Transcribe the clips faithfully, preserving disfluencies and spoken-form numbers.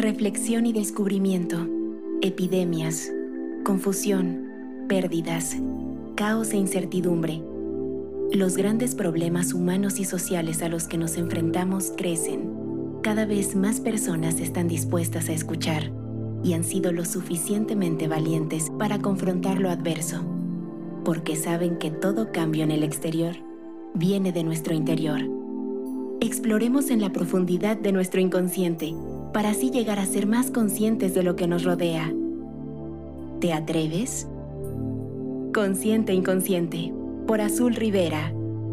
Reflexión y descubrimiento, epidemias, confusión, pérdidas, caos e incertidumbre. Los grandes problemas humanos y sociales a los que nos enfrentamos crecen. Cada vez más personas están dispuestas a escuchar y han sido lo suficientemente valientes para confrontar lo adverso, porque saben que todo cambio en el exterior viene de nuestro interior. Exploremos en la profundidad de nuestro inconsciente para así llegar a ser más conscientes de lo que nos rodea. ¿Te atreves? Consciente Inconsciente, por Azul Rivera.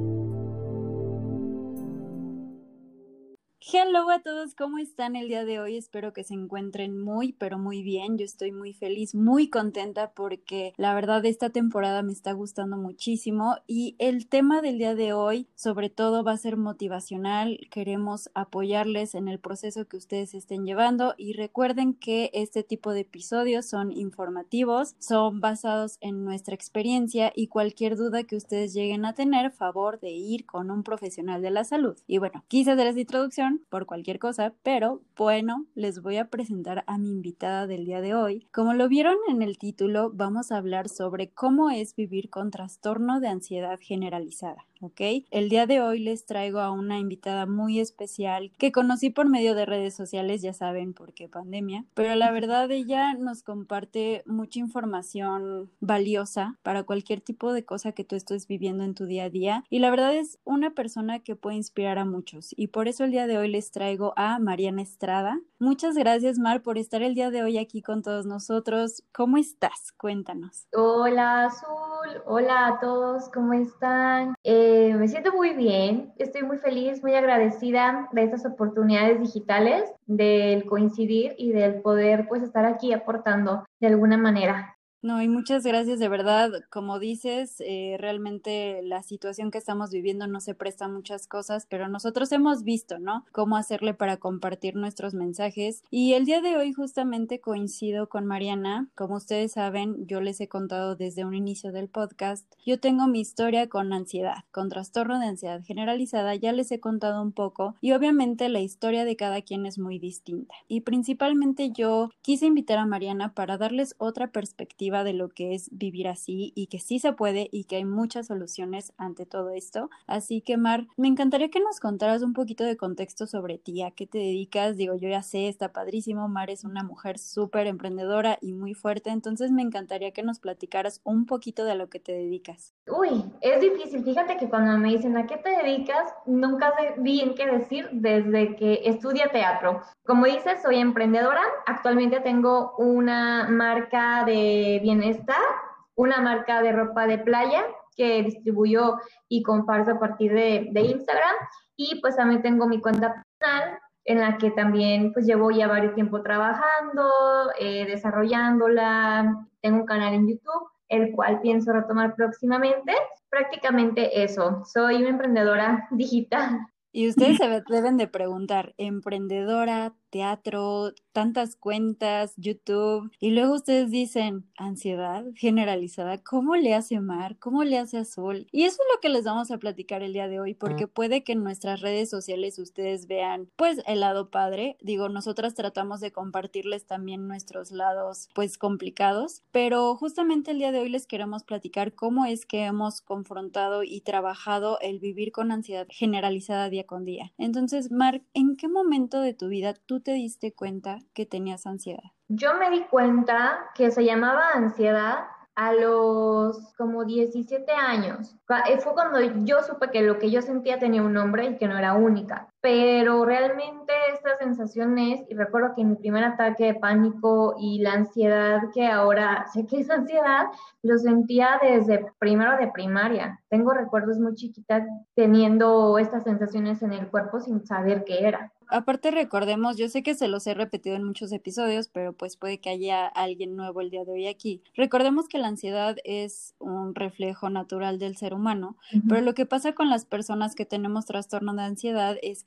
Hello a todos, ¿cómo están el día de hoy? Espero que se encuentren muy, pero muy bien. Yo estoy muy feliz, muy contenta porque la verdad esta temporada me está gustando muchísimo y el tema del día de hoy sobre todo va a ser motivacional. Queremos apoyarles en el proceso que ustedes estén llevando y recuerden que este tipo de episodios son informativos, son basados en nuestra experiencia y cualquier duda que ustedes lleguen a tener, favor de ir con un profesional de la salud. Y bueno, quise hacer esta introducción por cualquier cosa, pero bueno, les voy a presentar a mi invitada del día de hoy. Como lo vieron en el título, vamos a hablar sobre cómo es vivir con trastorno de ansiedad generalizada, ¿ok? El día de hoy les traigo a una invitada muy especial que conocí por medio de redes sociales, ya saben, porque pandemia, pero la verdad ella nos comparte mucha información valiosa para cualquier tipo de cosa que tú estés viviendo en tu día a día y la verdad es una persona que puede inspirar a muchos y por eso el día de hoy les traigo a Mariana Estrada. Muchas gracias, Mar, por estar el día de hoy aquí con todos nosotros. ¿Cómo estás? Cuéntanos. Hola, Azul. Hola a todos, ¿cómo están? Eh, me siento muy bien, estoy muy feliz, muy agradecida de estas oportunidades digitales, del coincidir y del poder pues estar aquí aportando de alguna manera. No, y muchas gracias, de verdad, como dices, eh, realmente la situación que estamos viviendo no se presta a muchas cosas, pero nosotros hemos visto, ¿no? Cómo hacerle para compartir nuestros mensajes. Y el día de hoy justamente coincido con Mariana. Como ustedes saben, yo les he contado desde un inicio del podcast, yo tengo mi historia con ansiedad, con trastorno de ansiedad generalizada, ya les he contado un poco, y obviamente la historia de cada quien es muy distinta. Y principalmente yo quise invitar a Mariana para darles otra perspectiva de lo que es vivir así y que sí se puede y que hay muchas soluciones ante todo esto. Así que Mar, me encantaría que nos contaras un poquito de contexto sobre ti, a qué te dedicas. Digo, yo ya sé, está padrísimo, Mar es una mujer súper emprendedora y muy fuerte, entonces me encantaría que nos platicaras un poquito de a lo que te dedicas. Uy, es difícil. Fíjate que cuando me dicen ¿a qué te dedicas? Nunca sé bien qué decir desde que estudia teatro. Como dices, soy emprendedora. Actualmente tengo una marca de bienestar, una marca de ropa de playa que distribuyo y comparto a partir de, de Instagram. Y pues también tengo mi cuenta personal en la que también pues llevo ya varios tiempo trabajando, eh, desarrollándola. Tengo un canal en YouTube el cual pienso retomar próximamente. Prácticamente eso, soy una emprendedora digital. Y ustedes se ve- deben de preguntar, emprendedora, teatro, tantas cuentas, YouTube, y luego ustedes dicen, ansiedad generalizada, ¿cómo le hace Mar? ¿Cómo le hace Azul? Y eso es lo que les vamos a platicar el día de hoy, porque puede que en nuestras redes sociales ustedes vean, pues, el lado padre. Digo, nosotras tratamos de compartirles también nuestros lados, pues, complicados, pero justamente el día de hoy les queremos platicar cómo es que hemos confrontado y trabajado el vivir con ansiedad generalizada día con día. Entonces, Mark, ¿en qué momento de tu vida tú te diste cuenta que tenías ansiedad? Yo me di cuenta que se llamaba ansiedad a los como diecisiete años. Fue cuando yo supe que lo que yo sentía tenía un nombre y que no era única. Pero realmente estas sensaciones, y recuerdo que mi primer ataque de pánico y la ansiedad, que ahora sé que es ansiedad, lo sentía desde primero de primaria. Tengo recuerdos muy chiquitas teniendo estas sensaciones en el cuerpo sin saber qué era. Aparte recordemos, yo sé que se los he repetido en muchos episodios, pero pues puede que haya alguien nuevo el día de hoy aquí. Recordemos que la ansiedad es un reflejo natural del ser humano, Uh-huh. pero lo que pasa con las personas que tenemos trastorno de ansiedad es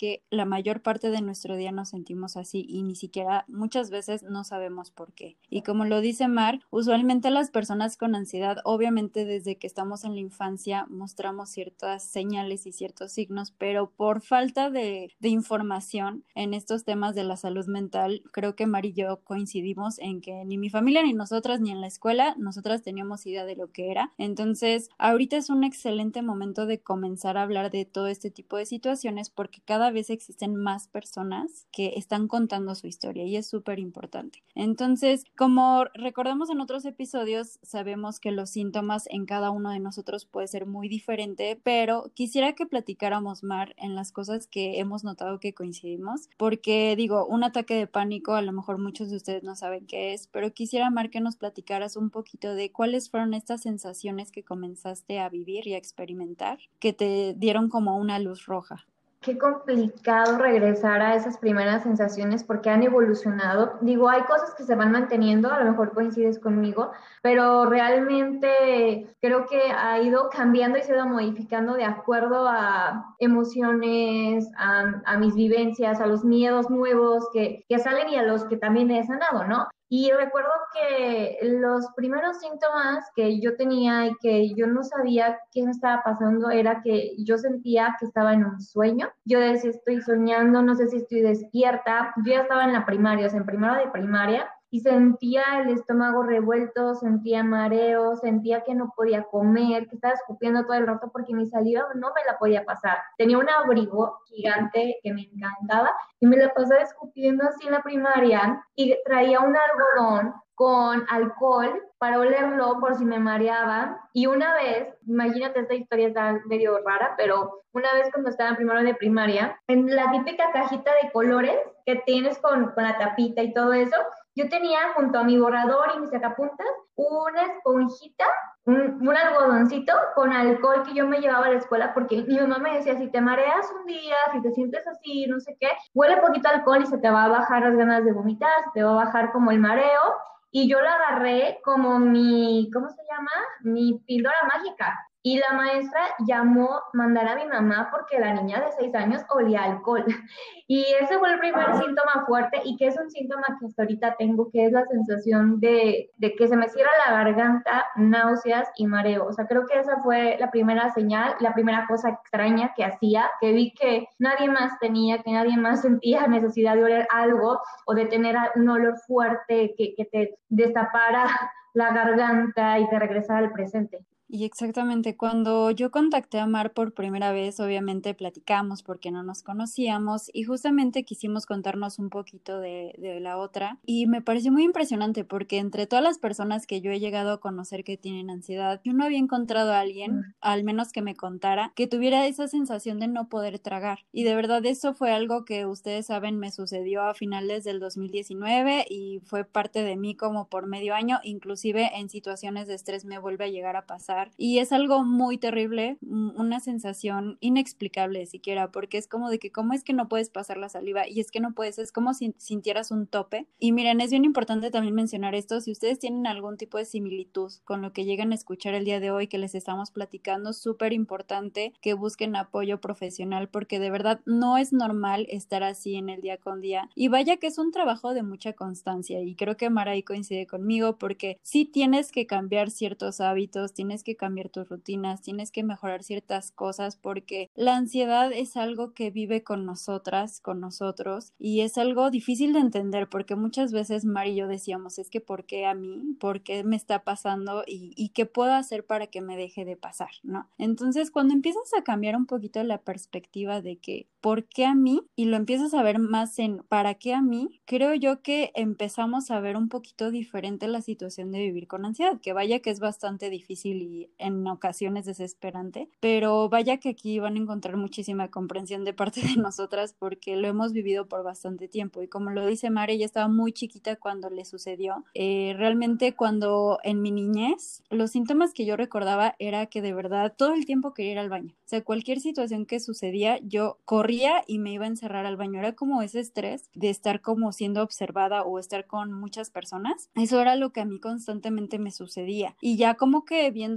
que la mayor parte de nuestro día nos sentimos así y ni siquiera muchas veces no sabemos por qué. Y como lo dice Mar, usualmente las personas con ansiedad, obviamente desde que estamos en la infancia mostramos ciertas señales y ciertos signos, pero por falta de, de información en estos temas de la salud mental, creo que Mar y yo coincidimos en que ni mi familia ni nosotras ni en la escuela nosotras teníamos idea de lo que era. Entonces ahorita es un excelente momento de comenzar a hablar de todo este tipo de situaciones porque cada vez existen más personas que están contando su historia y es súper importante. Entonces, como recordamos en otros episodios, sabemos que los síntomas en cada uno de nosotros puede ser muy diferente, pero quisiera que platicáramos, Mar, en las cosas que hemos notado que coincidimos, porque digo, un ataque de pánico, a lo mejor muchos de ustedes no saben qué es, pero quisiera, Mar, que nos platicaras un poquito de cuáles fueron estas sensaciones que comenzaste a vivir y a experimentar, que te dieron como una luz roja. Qué complicado regresar a esas primeras sensaciones porque han evolucionado. Digo, hay cosas que se van manteniendo, a lo mejor coincides conmigo, pero realmente creo que ha ido cambiando y se ha ido modificando de acuerdo a emociones, a, a mis vivencias, a los miedos nuevos que, que salen y a los que también he sanado, ¿no? Y recuerdo que los primeros síntomas que yo tenía y que yo no sabía qué me estaba pasando era que yo sentía que estaba en un sueño. Yo decía, estoy soñando, no sé si estoy despierta. Yo ya estaba en la primaria, o sea, en primero de primaria, y sentía el estómago revuelto, sentía mareo, sentía que no podía comer, que estaba escupiendo todo el rato porque mi saliva no me la podía pasar. Tenía un abrigo gigante que me encantaba y me la pasaba escupiendo así en la primaria y traía un algodón con alcohol para olerlo por si me mareaba. Y una vez, imagínate, esta historia está medio rara, pero una vez cuando estaba en primero de primaria, en la típica cajita de colores que tienes con, con la tapita y todo eso, yo tenía junto a mi borrador y mis sacapuntas una esponjita, un, un algodoncito con alcohol que yo me llevaba a la escuela porque mi mamá me decía, si te mareas un día, si te sientes así, no sé qué, huele poquito alcohol y se te va a bajar las ganas de vomitar, se te va a bajar como el mareo. Y yo la agarré como mi, ¿cómo se llama? Mi píldora mágica. Y la maestra llamó, mandar a mi mamá porque la niña de seis años olía alcohol. Y ese fue el primer síntoma fuerte y que es un síntoma que hasta ahorita tengo, que es la sensación de, de que se me cierra la garganta, náuseas y mareo. O sea, creo que esa fue la primera señal, la primera cosa extraña que hacía, que vi que nadie más tenía, que nadie más sentía necesidad de oler algo o de tener un olor fuerte que, que te destapara la garganta y te regresara al presente. Y exactamente, cuando yo contacté a Mar por primera vez, obviamente platicamos porque no nos conocíamos y justamente quisimos contarnos un poquito de, de la otra y me pareció muy impresionante porque entre todas las personas que yo he llegado a conocer que tienen ansiedad, yo no había encontrado a alguien, mm. al menos que me contara, que tuviera esa sensación de no poder tragar. Y de verdad eso fue algo que ustedes saben me sucedió a finales del dos mil diecinueve y fue parte de mí como por medio año, inclusive en situaciones de estrés me vuelve a llegar a pasar. Y es algo muy terrible, una sensación inexplicable siquiera, porque es como de que cómo es que no puedes pasar la saliva y es que no puedes, es como si sintieras un tope. Y miren, es bien importante también mencionar esto, si ustedes tienen algún tipo de similitud con lo que llegan a escuchar el día de hoy que les estamos platicando, súper importante que busquen apoyo profesional porque de verdad no es normal estar así en el día con día y vaya que es un trabajo de mucha constancia y creo que Mara coincide conmigo porque sí tienes que cambiar ciertos hábitos, tienes que cambiar tus rutinas, tienes que mejorar ciertas cosas porque la ansiedad es algo que vive con nosotras, con nosotros y es algo difícil de entender porque muchas veces Mari y yo decíamos es que ¿por qué a mí? ¿Por qué me está pasando? ¿Y, y qué puedo hacer para que me deje de pasar? ¿No? Entonces cuando empiezas a cambiar un poquito la perspectiva de que ¿por qué a mí? Y lo empiezas a ver más en ¿para qué a mí? Creo yo que empezamos a ver un poquito diferente la situación de vivir con ansiedad, que vaya que es bastante difícil y en ocasiones desesperante, pero vaya que aquí van a encontrar muchísima comprensión de parte de nosotras porque lo hemos vivido por bastante tiempo y como lo dice Mari, ella estaba muy chiquita cuando le sucedió. Eh, realmente cuando en mi niñez los síntomas que yo recordaba era que de verdad todo el tiempo quería ir al baño, o sea, cualquier situación que sucedía yo corría y me iba a encerrar al baño, era como ese estrés de estar como siendo observada o estar con muchas personas, eso era lo que a mí constantemente me sucedía y ya como que viendo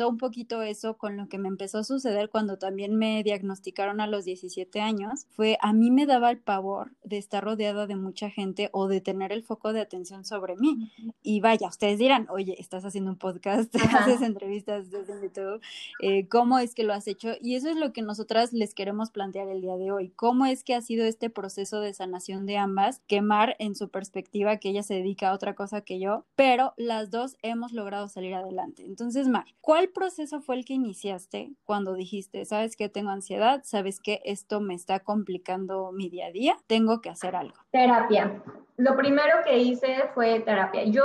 recuerdo un poquito eso con lo que me empezó a suceder cuando también me diagnosticaron a los diecisiete años. Fue, a mí me daba el pavor de estar rodeada de mucha gente o de tener el foco de atención sobre mí. Y vaya, ustedes dirán, oye, estás haciendo un podcast, Ajá. haces entrevistas desde YouTube, eh, ¿cómo es que lo has hecho? Y eso es lo que nosotras les queremos plantear el día de hoy. ¿Cómo es que ha sido este proceso de sanación de ambas? Que Mar, en su perspectiva, que ella se dedica a otra cosa que yo, pero las dos hemos logrado salir adelante. Entonces, Mar, ¿cuál proceso fue el que iniciaste cuando dijiste, sabes que tengo ansiedad, sabes que esto me está complicando mi día a día, tengo que hacer algo? Terapia. Lo primero que hice fue terapia. Yo,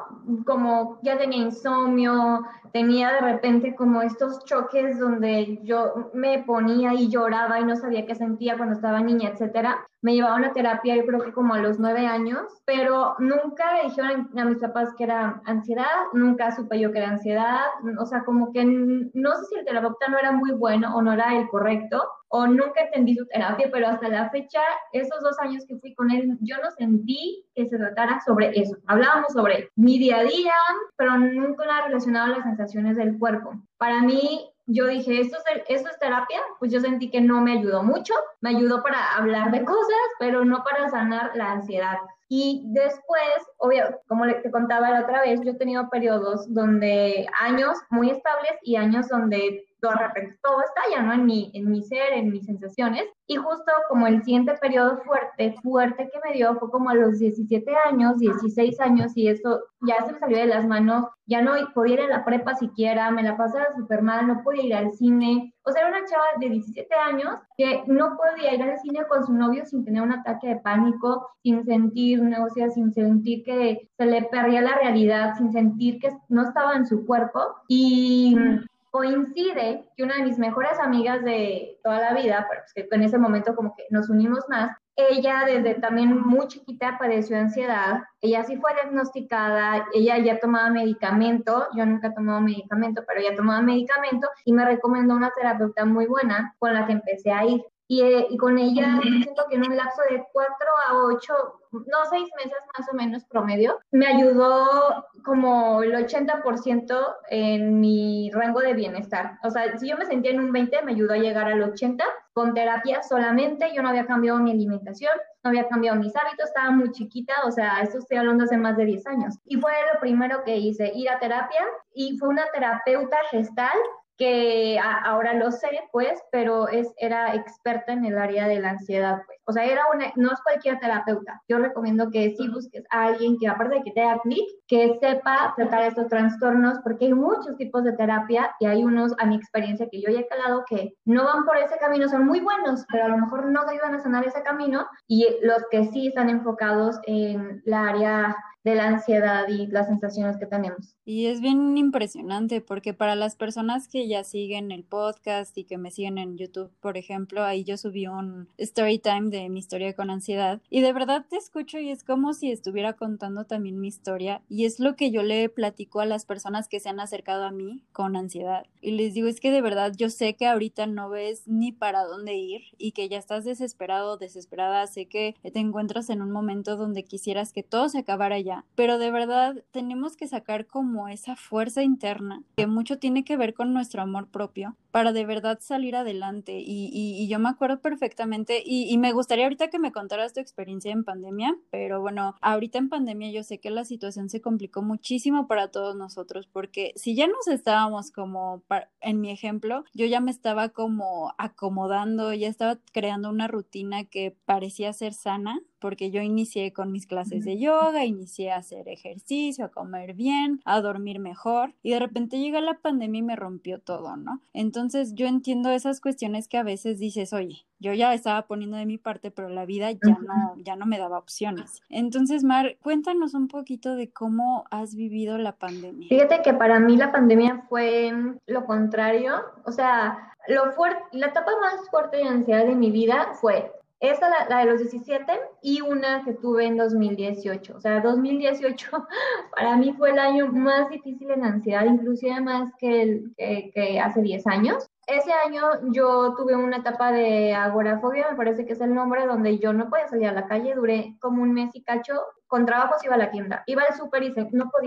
como ya tenía insomnio, tenía de repente como estos choques donde yo me ponía y lloraba y no sabía qué sentía cuando estaba niña, etcétera. Me llevaban a terapia, yo creo que como a los nueve años, pero nunca le dijeron a mis papás que era ansiedad, nunca supe yo que era ansiedad, o sea, como que no sé si el terapeuta no era muy bueno o no era el correcto, o nunca entendí su terapia, pero hasta la fecha, esos dos años que fui con él, yo no sentí que se tratara sobre eso. Hablábamos sobre mi día a día, pero nunca nada relacionado a las sensaciones del cuerpo. Para mí, yo dije, ¿esto es, ¿esto es terapia? Pues yo sentí que no me ayudó mucho, me ayudó para hablar de cosas, pero no para sanar la ansiedad. Y después, obvio, como te contaba la otra vez, yo he tenido periodos donde años muy estables y años donde de repente todo estalla, ¿no? En mi, en mi ser, en mis sensaciones. Y justo como el siguiente periodo fuerte, fuerte que me dio fue como a los diecisiete años, dieciséis años, y eso ya se me salió de las manos, ya no podía ir a la prepa siquiera, me la pasaba súper mal, no podía ir al cine. O sea, era una chava de diecisiete años que no podía ir al cine con su novio sin tener un ataque de pánico, sin sentir náuseas, sin sentir que se le perdía la realidad, sin sentir que no estaba en su cuerpo. Y coincide que una de mis mejores amigas de toda la vida, pero pues que en ese momento como que nos unimos más, ella desde también muy chiquita padeció ansiedad, ella sí fue diagnosticada, ella ya tomaba medicamento, yo nunca he tomado medicamento, pero ella tomaba medicamento y me recomendó una terapeuta muy buena con la que empecé a ir. Y, eh, y con ella siento que en un lapso de cuatro a ocho, no seis meses más o menos promedio, me ayudó como el ochenta por ciento en mi rango de bienestar. O sea, si yo me sentía en un veinte, me ayudó a llegar al ochenta con terapia solamente. Yo no había cambiado mi alimentación, no había cambiado mis hábitos, estaba muy chiquita, o sea, esto estoy hablando hace más de diez años. Y fue lo primero que hice, ir a terapia, y fue una terapeuta gestal que a, ahora lo sé, pues, pero es, era experta en el área de la ansiedad, pues. O sea, era una, no es cualquier terapeuta. Yo recomiendo que sí busques a alguien que, aparte de que te haga clic, que sepa tratar estos trastornos, porque hay muchos tipos de terapia y hay unos, a mi experiencia, que yo ya he calado, que no van por ese camino, son muy buenos, pero a lo mejor no te ayudan a sanar ese camino, y los que sí están enfocados en la área de la ansiedad y las sensaciones que tenemos. Y es bien impresionante porque para las personas que ya siguen el podcast y que me siguen en YouTube, por ejemplo, ahí yo subí un story time de mi historia con ansiedad y de verdad te escucho y es como si estuviera contando también mi historia, y es lo que yo le platico a las personas que se han acercado a mí con ansiedad y les digo, es que de verdad yo sé que ahorita no ves ni para dónde ir y que ya estás desesperado, desesperada, sé que te encuentras en un momento donde quisieras que todo se acabara ya, pero de verdad tenemos que sacar como esa fuerza interna que mucho tiene que ver con nuestro amor propio para de verdad salir adelante. Y, y, y yo me acuerdo perfectamente y, y me gustaría ahorita que me contaras tu experiencia en pandemia, pero bueno, ahorita en pandemia yo sé que la situación se complicó muchísimo para todos nosotros, porque si ya nos estábamos como, en mi ejemplo, yo ya me estaba como acomodando, ya estaba creando una rutina que parecía ser sana, porque yo inicié con mis clases de yoga, inicié a hacer ejercicio, a comer bien, a dormir mejor, y de repente llega la pandemia y me rompió todo, ¿no? Entonces yo entiendo esas cuestiones que a veces dices, oye, yo ya estaba poniendo de mi parte, pero la vida ya no, ya no me daba opciones. Entonces, Mar, cuéntanos un poquito de cómo has vivido la pandemia. Fíjate que para mí la pandemia fue lo contrario, o sea, lo fuerte, la etapa más fuerte de ansiedad de mi vida fue esa, la, la de los diecisiete, y una que tuve en dos mil dieciocho. O sea, dos mil dieciocho para mí fue el año más difícil en ansiedad, inclusive más que, el, que, que hace diez años. Ese año yo tuve una etapa de agorafobia, me parece que es el nombre, donde yo no podía salir a la calle, duré como un mes y cacho, con trabajos iba a la tienda, iba al súper y se, no podía.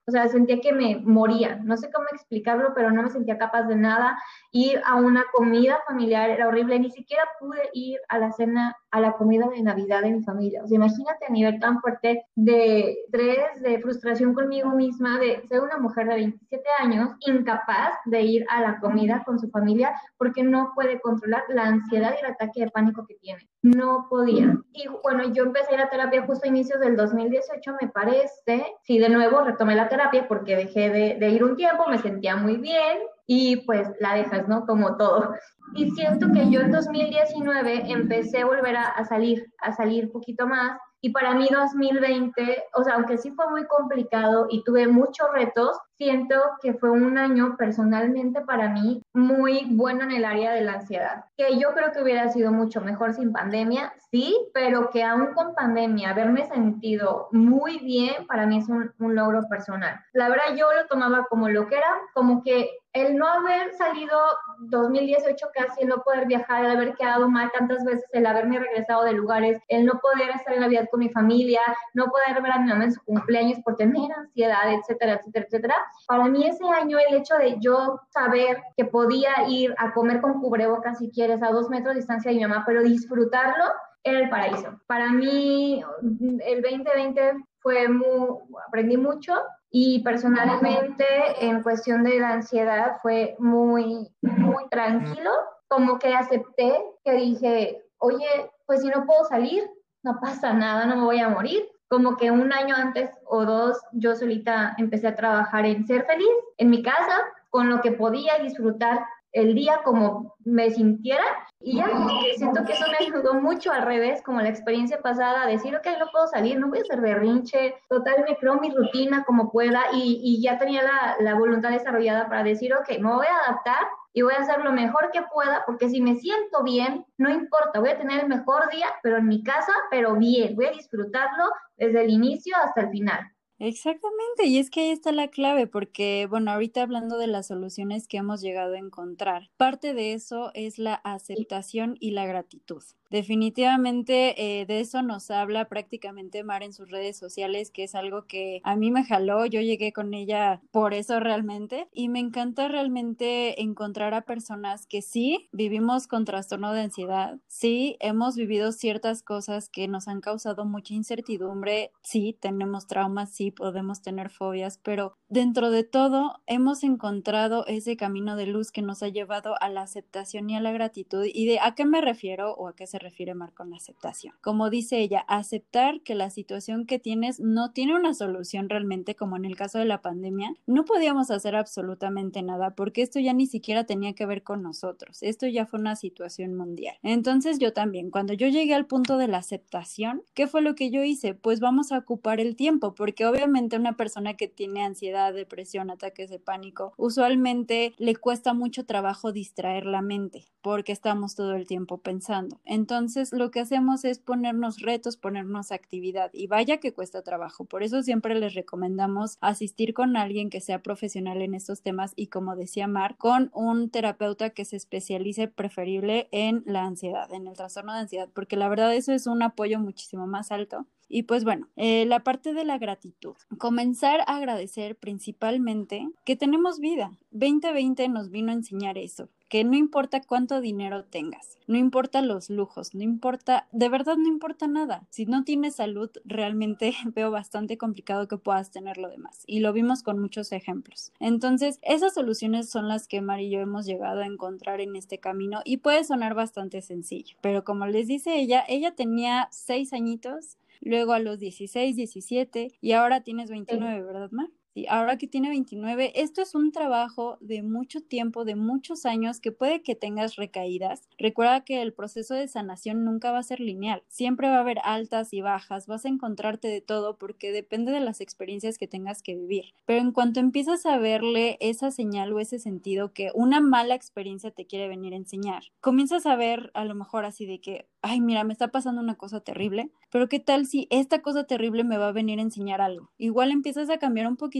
O sea, sentía que me moría. No sé cómo explicarlo, pero no me sentía capaz de nada. Ir a una comida familiar era horrible. Ni siquiera pude ir a la cena, a la comida de Navidad de mi familia. O sea, imagínate a nivel tan fuerte de estrés, de frustración conmigo misma, de ser una mujer de veintisiete años, incapaz de ir a la comida con su familia porque no puede controlar la ansiedad y el ataque de pánico que tiene. No podía. Y bueno, yo empecé a ir a terapia justo a inicios del dos mil dieciocho, me parece. Sí, de nuevo retomé la terapia porque dejé de, de ir un tiempo, me sentía muy bien y pues la dejas, ¿no? Como todo. Y siento que yo en dos mil diecinueve empecé a volver a, a salir, a salir poquito más. Y para mí dos mil veinte, o sea, aunque sí fue muy complicado y tuve muchos retos, siento que fue un año personalmente para mí muy bueno en el área de la ansiedad. Que yo creo que hubiera sido mucho mejor sin pandemia, sí, pero que aún con pandemia haberme sentido muy bien para mí es un, un logro personal. La verdad yo lo tomaba como lo que era, como que el no haber salido dos mil dieciocho casi, el no poder viajar, el haber quedado mal tantas veces, el haberme regresado de lugares, el no poder estar en Navidad con mi familia, no poder ver a mi mamá en su cumpleaños por tener ansiedad, etcétera, etcétera, etcétera. Para mí ese año el hecho de yo saber que podía ir a comer con cubrebocas si quieres a dos metros de distancia de mi mamá, pero disfrutarlo, era el paraíso. Para mí el veinte veinte fue muy, aprendí mucho y personalmente en cuestión de la ansiedad fue muy, muy tranquilo, como que acepté que dije, oye, pues si no puedo salir, no pasa nada, no me voy a morir. Como que un año antes o dos yo solita empecé a trabajar en ser feliz en mi casa, con lo que podía disfrutar el día como me sintiera y ya siento que eso me ayudó mucho al revés, como la experiencia pasada, a decir, ok, no puedo salir, no voy a hacer berrinche, total me creo mi rutina como pueda y, y ya tenía la, la voluntad desarrollada para decir, ok, me voy a adaptar y voy a hacer lo mejor que pueda, porque si me siento bien, no importa, voy a tener el mejor día, pero en mi casa, pero bien, voy a disfrutarlo desde el inicio hasta el final. Exactamente, y es que ahí está la clave, porque, bueno, ahorita hablando de las soluciones que hemos llegado a encontrar, parte de eso es la aceptación y la gratitud. Definitivamente eh, de eso nos habla prácticamente Mar en sus redes sociales, que es algo que a mí me jaló, yo llegué con ella por eso realmente, y me encanta realmente encontrar a personas que sí vivimos con trastorno de ansiedad, sí hemos vivido ciertas cosas que nos han causado mucha incertidumbre, sí tenemos traumas, sí podemos tener fobias, pero dentro de todo hemos encontrado ese camino de luz que nos ha llevado a la aceptación y a la gratitud. ¿Y de a qué me refiero o a qué se refiere Mar con la aceptación? Como dice ella, aceptar que la situación que tienes no tiene una solución realmente, como en el caso de la pandemia. No podíamos hacer absolutamente nada porque esto ya ni siquiera tenía que ver con nosotros. Esto ya fue una situación mundial. Entonces yo también, cuando yo llegué al punto de la aceptación, ¿qué fue lo que yo hice? Pues vamos a ocupar el tiempo, porque obviamente una persona que tiene ansiedad, depresión, ataques de pánico, usualmente le cuesta mucho trabajo distraer la mente porque estamos todo el tiempo pensando. Entonces lo que hacemos es ponernos retos, ponernos actividad y vaya que cuesta trabajo. Por eso siempre les recomendamos asistir con alguien que sea profesional en estos temas y, como decía Mar, con un terapeuta que se especialice preferible en la ansiedad, en el trastorno de ansiedad, porque la verdad eso es un apoyo muchísimo más alto. Y pues bueno, eh, la parte de la gratitud. Comenzar a agradecer principalmente que tenemos vida. veinte veinte nos vino a enseñar eso, que no importa cuánto dinero tengas, no importa los lujos, no importa, de verdad no importa nada. Si no tienes salud, realmente veo bastante complicado que puedas tener lo demás. Y lo vimos con muchos ejemplos. Entonces, esas soluciones son las que Mar y yo hemos llegado a encontrar en este camino y puede sonar bastante sencillo. Pero como les dice ella, ella tenía seis añitos, luego a los dieciséis, diecisiete y ahora tienes veintinueve, ¿verdad, Mar? Sí, ahora que tiene veintinueve, esto es un trabajo de mucho tiempo, de muchos años, que puede que tengas recaídas. Recuerda que el proceso de sanación nunca va a ser lineal, siempre va a haber altas y bajas, vas a encontrarte de todo porque depende de las experiencias que tengas que vivir. Pero en cuanto empiezas a verle esa señal o ese sentido que una mala experiencia te quiere venir a enseñar, comienzas a ver a lo mejor así de que, ay, mira, me está pasando una cosa terrible, pero ¿qué tal si esta cosa terrible me va a venir a enseñar algo? Igual empiezas a cambiar un poquito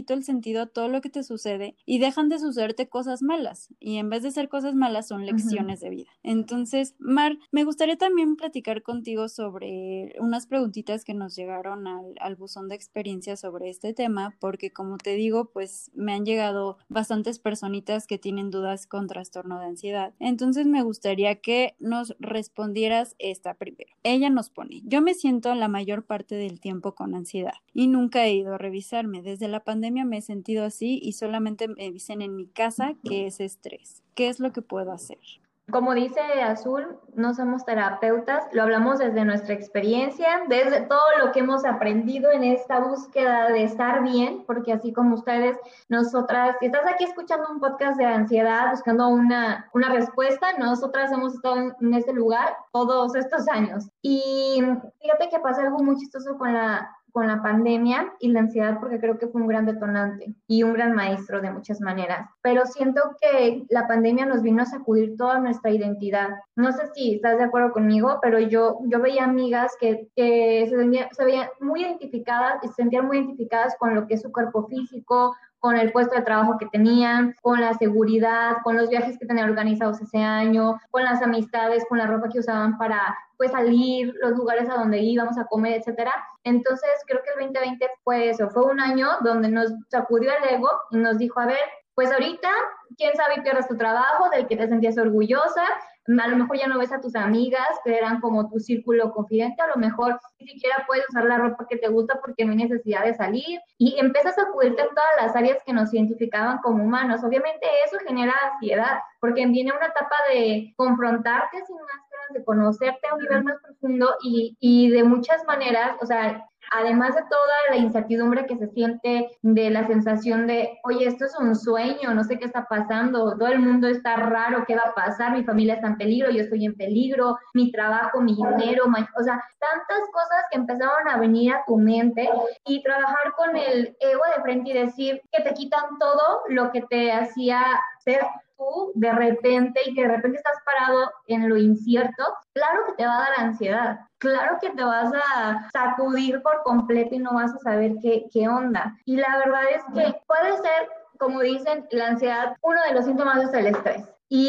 poquito el sentido a todo lo que te sucede y dejan de sucederte cosas malas. Y en vez de ser cosas malas, son lecciones uh-huh. de vida. Entonces, Mar, me gustaría también platicar contigo sobre unas preguntitas que nos llegaron al, al buzón de experiencias sobre este tema, porque como te digo, pues me han llegado bastantes personitas que tienen dudas con trastorno de ansiedad. Entonces, me gustaría que nos respondieras esta primero. Ella nos pone: yo me siento la mayor parte del tiempo con ansiedad y nunca he ido a revisarme. Desde la pandemia me he sentido así y solamente me dicen en mi casa que es estrés. ¿Qué es lo que puedo hacer? Como dice Azul, no somos terapeutas, lo hablamos desde nuestra experiencia, desde todo lo que hemos aprendido en esta búsqueda de estar bien, porque así como ustedes, nosotras, si estás aquí escuchando un podcast de ansiedad, buscando una, una respuesta, nosotras hemos estado en, en este lugar todos estos años. Y fíjate que pasa algo muy chistoso con la... con la pandemia y la ansiedad, porque creo que fue un gran detonante y un gran maestro de muchas maneras. Pero siento que la pandemia nos vino a sacudir toda nuestra identidad. No sé si estás de acuerdo conmigo, pero yo, yo veía amigas que, que se, veía, se veían muy identificadas y se sentían muy identificadas con lo que es su cuerpo físico, con el puesto de trabajo que tenían, con la seguridad, con los viajes que tenían organizados ese año, con las amistades, con la ropa que usaban para pues salir, los lugares a donde íbamos a comer, etcétera. Entonces creo que el veinte veinte fue eso, fue un año donde nos sacudió el ego y nos dijo, a ver, pues ahorita, quién sabe y pierdas tu trabajo, del que te sentías orgullosa, a lo mejor ya no ves a tus amigas que eran como tu círculo confidente, a lo mejor ni siquiera puedes usar la ropa que te gusta porque no hay necesidad de salir y empiezas a acudirte en todas las áreas que nos identificaban como humanos. Obviamente eso genera ansiedad porque viene una etapa de confrontarte sin máscaras, de conocerte a un nivel más profundo y, y de muchas maneras, o sea, además de toda la incertidumbre que se siente, de la sensación de, oye, esto es un sueño, no sé qué está pasando, todo el mundo está raro, ¿qué va a pasar? Mi familia está en peligro, yo estoy en peligro, mi trabajo, mi dinero, my... o sea, tantas cosas que empezaron a venir a tu mente y trabajar con el ego de frente y decir que te quitan todo lo que te hacía ser tú de repente y que de repente estás parado en lo incierto, claro que te va a dar ansiedad, claro que te vas a sacudir por completo y no vas a saber qué, qué onda. Y la verdad es que puede ser, como dicen, la ansiedad, uno de los síntomas es el estrés.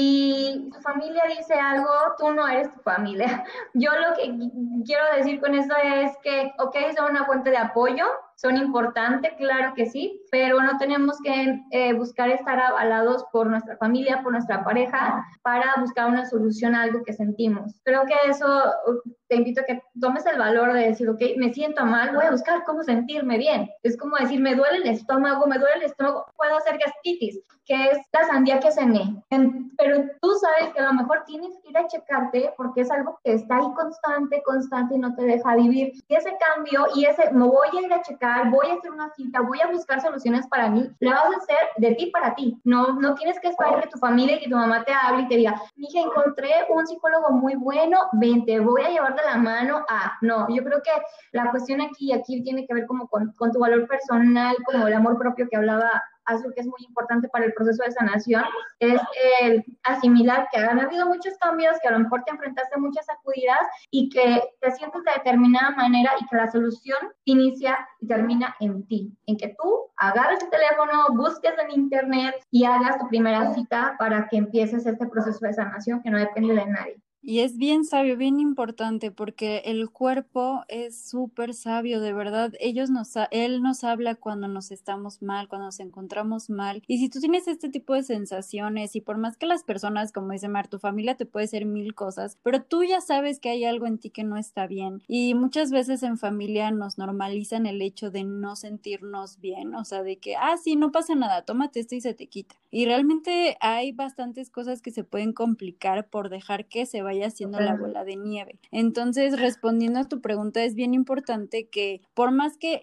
Y tu familia dice algo, tú no eres tu familia. Yo lo que quiero decir con eso es que, ok, son una fuente de apoyo, son importantes, claro que sí, pero no tenemos que eh, buscar estar avalados por nuestra familia, por nuestra pareja, para buscar una solución a algo que sentimos. Creo que eso te invito a que tomes el valor de decir, ok, me siento mal, voy a buscar cómo sentirme bien. Es como decir, me duele el estómago, me duele el estómago, puedo hacer gastritis, que es la sandía que cené. Pero tú sabes que a lo mejor tienes que ir a checarte porque es algo que está ahí constante, constante y no te deja vivir. Y ese cambio y ese, me voy a ir a checar, voy a hacer una cita, voy a buscar soluciones para mí, la vas a hacer de ti para ti. No, no tienes que esperar que tu familia y que tu mamá te hable y te diga, mija, encontré un psicólogo muy bueno, ven, te voy a llevar de la mano a... No, yo creo que la cuestión aquí, aquí tiene que ver como con, con tu valor personal, como el amor propio que hablaba Azul, que es muy importante para el proceso de sanación, es el asimilar que han habido muchos cambios, que a lo mejor te enfrentaste a muchas sacudidas y que te sientes de determinada manera y que la solución inicia y termina en ti, en que tú agarres el teléfono, busques en internet y hagas tu primera cita para que empieces este proceso de sanación que no depende de nadie. Y es bien sabio, bien importante, porque el cuerpo es súper sabio, de verdad. Ellos nos, él nos habla cuando nos estamos mal, cuando nos encontramos mal. Y si tú tienes este tipo de sensaciones, y por más que las personas, como dice Mar, tu familia te puede decir mil cosas, pero tú ya sabes que hay algo en ti que no está bien. Y muchas veces en familia nos normalizan el hecho de no sentirnos bien, o sea, de que, ah, sí, no pasa nada, tómate esto y se te quita. Y realmente hay bastantes cosas que se pueden complicar por dejar que se vaya haciendo la bola de nieve. Entonces, respondiendo a tu pregunta, es bien importante que por más que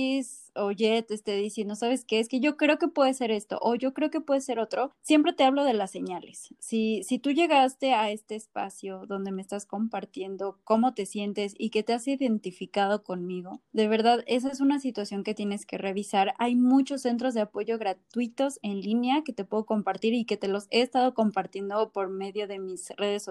X o Y te esté diciendo, ¿sabes qué? Es que yo creo que puede ser esto o yo creo que puede ser otro, siempre te hablo de las señales. Si, si tú llegaste a este espacio donde me estás compartiendo cómo te sientes y que te has identificado conmigo, de verdad, esa es una situación que tienes que revisar. Hay muchos centros de apoyo gratuitos en línea que te puedo compartir y que te los he estado compartiendo por medio de mis redes sociales.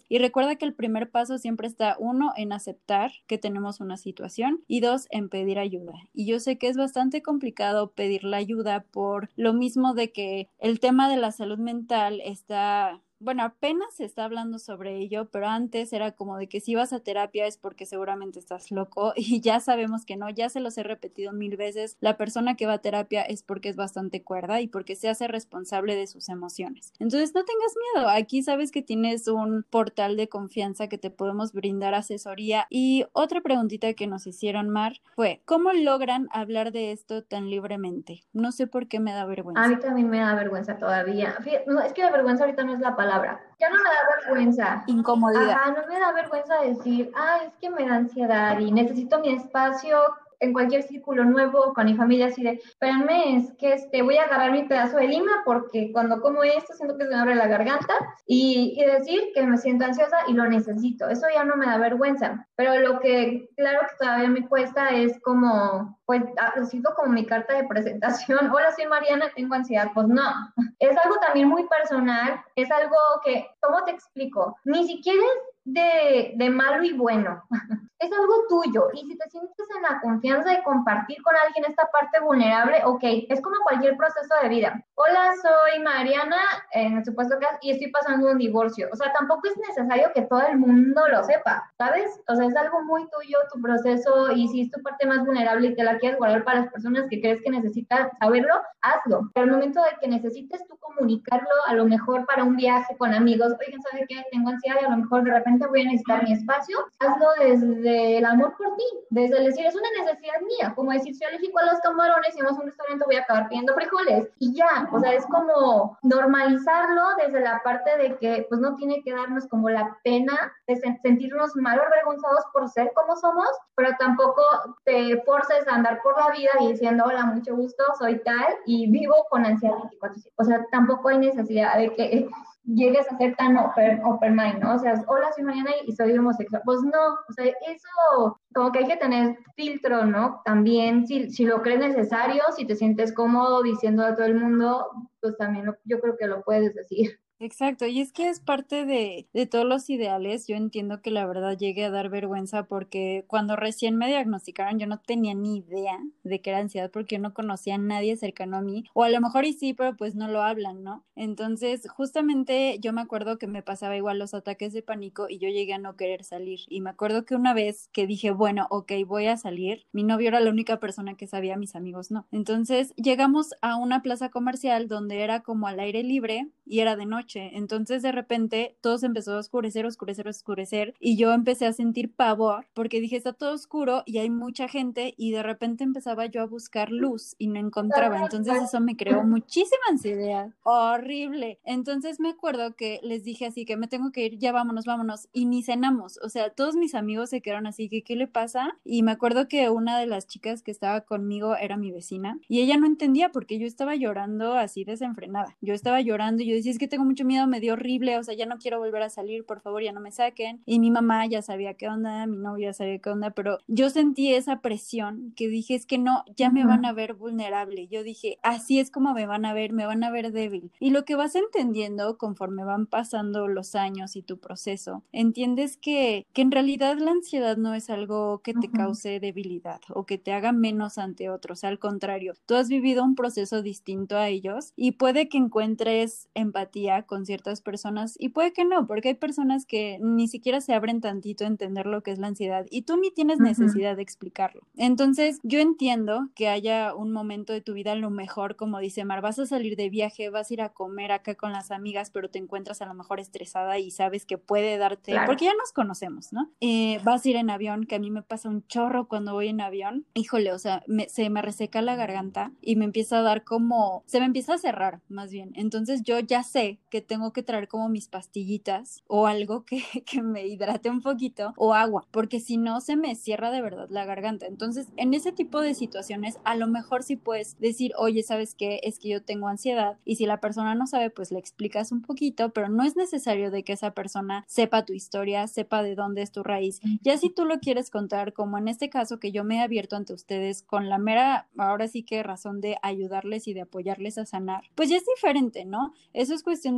emocionales. Y recuerda que el primer paso siempre está, uno, en aceptar que tenemos una situación y dos, en pedir ayuda. Y yo sé que es bastante complicado pedir la ayuda por lo mismo de que el tema de la salud mental está... Bueno, apenas se está hablando sobre ello, pero antes era como de que si vas a terapia es porque seguramente estás loco y ya sabemos que no, ya se los he repetido mil veces, la persona que va a terapia es porque es bastante cuerda y porque se hace responsable de sus emociones. Entonces no tengas miedo, aquí sabes que tienes un portal de confianza que te podemos brindar asesoría. Y otra preguntita que nos hicieron, Mar, fue, ¿cómo logran hablar de esto tan libremente? No sé por qué me da vergüenza. A mí también me da vergüenza todavía. Fíjate, no, es que la vergüenza ahorita no es la palabra. Ya no me da vergüenza. Incomodidad. Ajá, no me da vergüenza decir, ah, es que me da ansiedad y necesito mi espacio en cualquier círculo nuevo con mi familia, así de, espérenme, es que este, voy a agarrar mi pedazo de lima porque cuando como esto siento que se me abre la garganta y, y decir que me siento ansiosa y lo necesito. Eso ya no me da vergüenza. Pero lo que claro que todavía me cuesta es como, pues, decirlo como mi carta de presentación. Hola, soy Mariana, tengo ansiedad. Pues no, es algo también muy personal, es algo que, ¿cómo te explico? Ni siquiera es de, de malo y bueno. Es algo tuyo y si te sientes en la confianza de compartir con alguien esta parte vulnerable, ok, es como cualquier proceso de vida. Hola, soy Mariana, en el supuesto caso, y estoy pasando un divorcio. O sea, tampoco es necesario que todo el mundo lo sepa, ¿sabes? O sea, es algo muy tuyo, tu proceso, y si es tu parte más vulnerable y te la quieres guardar para las personas que crees que necesitan saberlo, hazlo. Pero al momento de que necesites tú comunicarlo, a lo mejor para un viaje con amigos, oigan, ¿sabe qué? Tengo ansiedad y a lo mejor de repente voy a necesitar mi espacio, hazlo desde el amor por ti, desde el decir, es una necesidad mía, como decir, soy alérgico a los camarones y vamos a un restaurante voy a acabar pidiendo frijoles, y ya, o sea, es como normalizarlo desde la parte de que, pues no tiene que darnos como la pena de sentirnos mal o avergonzados por ser como somos, pero tampoco te forces a andar por la vida y diciendo, hola, mucho gusto, soy tal, y vivo con ansiedad veinticuatro siete, o sea, tampoco hay necesidad de que llegues a ser tan open, open mind, ¿no? O sea, hola, soy Mariana y soy homosexual. Pues no, o sea, eso como que hay que tener filtro, ¿no? También, si, si lo crees necesario, si te sientes cómodo diciendo a todo el mundo, pues también lo, yo creo que lo puedes decir. Exacto, y es que es parte de, de todos los ideales. Yo entiendo que la verdad llegue a dar vergüenza porque cuando recién me diagnosticaron yo no tenía ni idea de que era ansiedad porque yo no conocía a nadie cercano a mí, o a lo mejor y sí, pero pues no lo hablan, ¿no? Entonces, justamente yo me acuerdo que me pasaba igual los ataques de pánico y yo llegué a no querer salir. Y me acuerdo que una vez que dije, bueno, ok, voy a salir, mi novio era la única persona que sabía, mis amigos no. Entonces, llegamos a una plaza comercial donde era como al aire libre y era de noche. Entonces de repente todo se empezó a oscurecer, oscurecer, oscurecer y yo empecé a sentir pavor porque dije está todo oscuro y hay mucha gente y de repente empezaba yo a buscar luz y no encontraba, entonces eso me creó muchísima ansiedad, horrible. Entonces me acuerdo que les dije así que me tengo que ir, ya vámonos, vámonos, y ni cenamos, o sea, todos mis amigos se quedaron así que ¿qué le pasa? Y me acuerdo que una de las chicas que estaba conmigo era mi vecina y ella no entendía porque yo estaba llorando así desenfrenada, yo estaba llorando y yo decía es que tengo mucho miedo, me dio horrible, o sea, ya no quiero volver a salir, por favor, ya no me saquen. Y mi mamá ya sabía qué onda, mi novio ya sabía qué onda, pero yo sentí esa presión que dije, es que no, ya me van a ver vulnerable. Yo dije, así es como me van a ver, me van a ver débil. Y lo que vas entendiendo conforme van pasando los años y tu proceso, entiendes que, que en realidad la ansiedad no es algo que te cause debilidad o que te haga menos ante otros, al contrario, tú has vivido un proceso distinto a ellos y puede que encuentres empatía con ciertas personas y puede que no, porque hay personas que ni siquiera se abren tantito a entender lo que es la ansiedad y tú ni tienes necesidad uh-huh. de explicarlo. Entonces yo entiendo que haya un momento de tu vida a lo mejor, como dice Mar, vas a salir de viaje, vas a ir a comer acá con las amigas, pero te encuentras a lo mejor estresada y sabes que puede darte, claro. porque ya nos conocemos, ¿no? Eh, vas a ir en avión, que a mí me pasa un chorro cuando voy en avión, híjole, o sea, me, se me reseca la garganta y me empieza a dar como, se me empieza a cerrar más bien, entonces yo ya sé que tengo que traer como mis pastillitas o algo que, que me hidrate un poquito o agua, porque si no se me cierra de verdad la garganta. Entonces, en ese tipo de situaciones, a lo mejor sí puedes decir, oye, ¿sabes qué? Es que yo tengo ansiedad y si la persona no sabe, pues le explicas un poquito, pero no es necesario de que esa persona sepa tu historia, sepa de dónde es tu raíz. Ya si tú lo quieres contar, como en este caso que yo me he abierto ante ustedes con la mera, ahora sí que razón de ayudarles y de apoyarles a sanar, pues ya es diferente, ¿no? Eso es cuestión de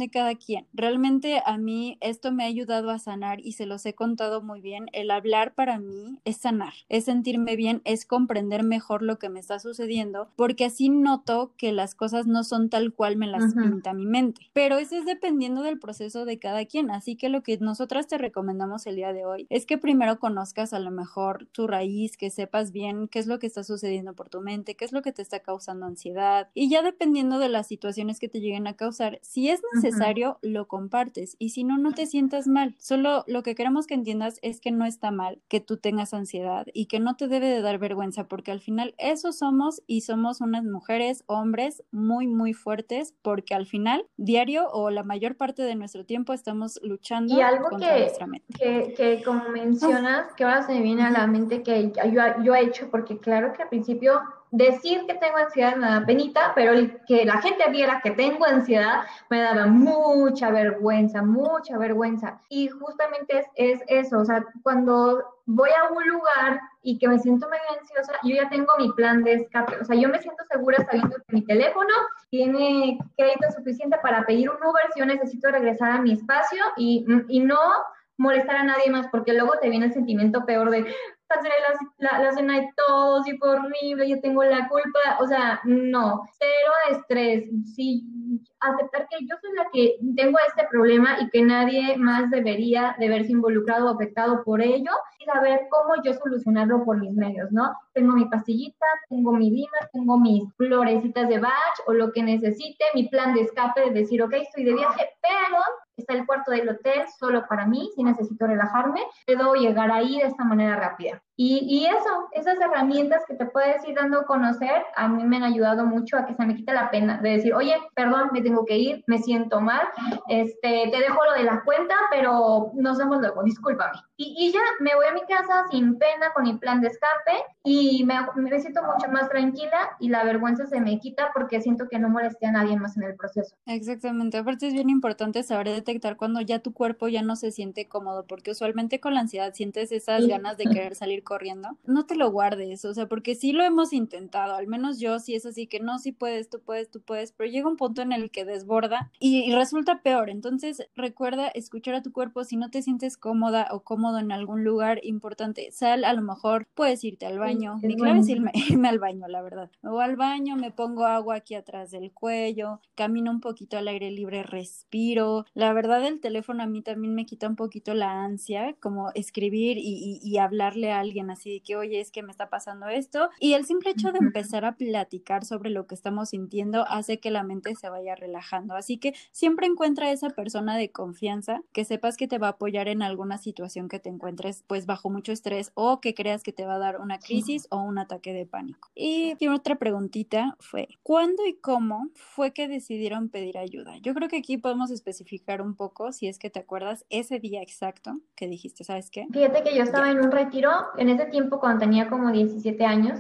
de cada quien. Realmente a mí esto me ha ayudado a sanar y se los he contado muy bien. El hablar para mí es sanar, es sentirme bien, es comprender mejor lo que me está sucediendo, porque así noto que las cosas no son tal cual me las uh-huh. pinta mi mente. Pero eso es dependiendo del proceso de cada quien, así que lo que nosotras te recomendamos el día de hoy es que primero conozcas a lo mejor tu raíz, que sepas bien qué es lo que está sucediendo por tu mente, qué es lo que te está causando ansiedad, y ya dependiendo de las situaciones que te lleguen a causar, si es necesario, uh-huh. lo compartes, y si no, no te sientas mal. Solo lo que queremos que entiendas es que no está mal que tú tengas ansiedad y que no te debe de dar vergüenza, porque al final eso somos, y somos unas mujeres, hombres muy muy fuertes, porque al final diario o la mayor parte de nuestro tiempo estamos luchando y algo contra que, nuestra mente. Que, que como mencionas, que ahora se me viene a la mente que yo, yo he hecho, porque claro que al principio decir que tengo ansiedad me da penita, pero el que la gente viera que tengo ansiedad me daba mucha vergüenza, mucha vergüenza. Y justamente es, es eso, o sea, cuando voy a un lugar y que me siento medio ansiosa, yo ya tengo mi plan de escape. O sea, yo me siento segura sabiendo que mi teléfono tiene crédito suficiente para pedir un Uber si yo necesito regresar a mi espacio y, y no molestar a nadie más, porque luego te viene el sentimiento peor de cancelé la, la, la cena de todos y fue horrible, yo tengo la culpa. O sea, no, cero estrés. Sí, aceptar que yo soy la que tengo este problema y que nadie más debería de verse involucrado o afectado por ello, y saber cómo yo solucionarlo por mis medios, ¿no? Tengo mi pastillita, tengo mi Dimas, tengo mis florecitas de Bach o lo que necesite, mi plan de escape de decir, ok, estoy de viaje, pero está el cuarto del hotel solo para mí, si necesito relajarme, puedo llegar ahí de esta manera rápida. Y, y eso, esas herramientas que te puedes ir dando a conocer, a mí me han ayudado mucho a que se me quite la pena de decir, oye, perdón, me tengo que ir, me siento mal, este, te dejo lo de la cuenta, pero nos vemos luego, discúlpame. Y, y ya, me voy a mi casa sin pena, con mi plan de escape, y me, me siento mucho más tranquila y la vergüenza se me quita porque siento que no molesté a nadie más en el proceso. Exactamente, aparte es bien importante saber detectar cuando ya tu cuerpo ya no se siente cómodo, porque usualmente con la ansiedad sientes esas sí. ganas de querer salir corriendo. No te lo guardes, o sea, porque sí lo hemos intentado, al menos yo sí es así que no, sí puedes, tú puedes, tú puedes, pero llega un punto en el que desborda y, y resulta peor. Entonces recuerda escuchar a tu cuerpo. Si no te sientes cómoda o cómodo en algún lugar importante, sal, a lo mejor puedes irte al baño, sí, mi clave es irme, irme al baño, la verdad, me voy al baño, me pongo agua aquí atrás del cuello, camino un poquito al aire libre, respiro. La verdad, el teléfono a mí también me quita un poquito la ansia, como escribir y, y, y hablarle a alguien así de que, oye, es que me está pasando esto, y el simple hecho de empezar a platicar sobre lo que estamos sintiendo hace que la mente se vaya relajando. Así que siempre encuentra a esa persona de confianza que sepas que te va a apoyar en alguna situación que te encuentres pues bajo mucho estrés o que creas que te va a dar una crisis o un ataque de pánico. Y otra preguntita fue, ¿cuándo y cómo fue que decidieron pedir ayuda? Yo creo que aquí podemos especificar un poco, si es que te acuerdas, ese día exacto que dijiste, ¿sabes qué? Fíjate que yo estaba ya. en un retiro, en ese tiempo cuando tenía como diecisiete años,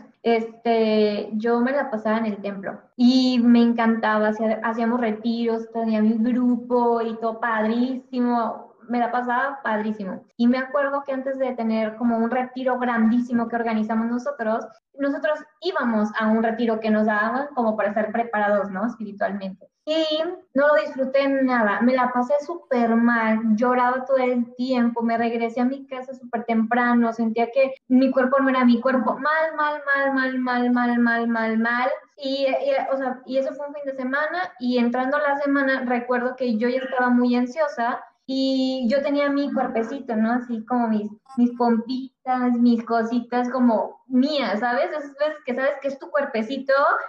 este, yo me la pasaba en el templo y me encantaba, hacía, hacíamos retiros, tenía mi grupo y todo padrísimo, me la pasaba padrísimo. Y me acuerdo que antes de tener como un retiro grandísimo que organizamos nosotros, nosotros íbamos a un retiro que nos daban como para estar preparados, ¿no? Espiritualmente. Y no lo disfruté nada, me la pasé súper mal, lloraba todo el tiempo, me regresé a mi casa súper temprano, sentía que mi cuerpo no era mi cuerpo, mal, mal, mal, mal, mal, mal, mal, mal, mal. Y, y, o sea, y eso fue un fin de semana, y entrando a la semana recuerdo que yo ya estaba muy ansiosa y yo tenía mi cuerpecito, ¿no? Así como mis, mis pompitas, mis cositas como mías, ¿sabes? Esas veces que sabes que es tu cuerpecito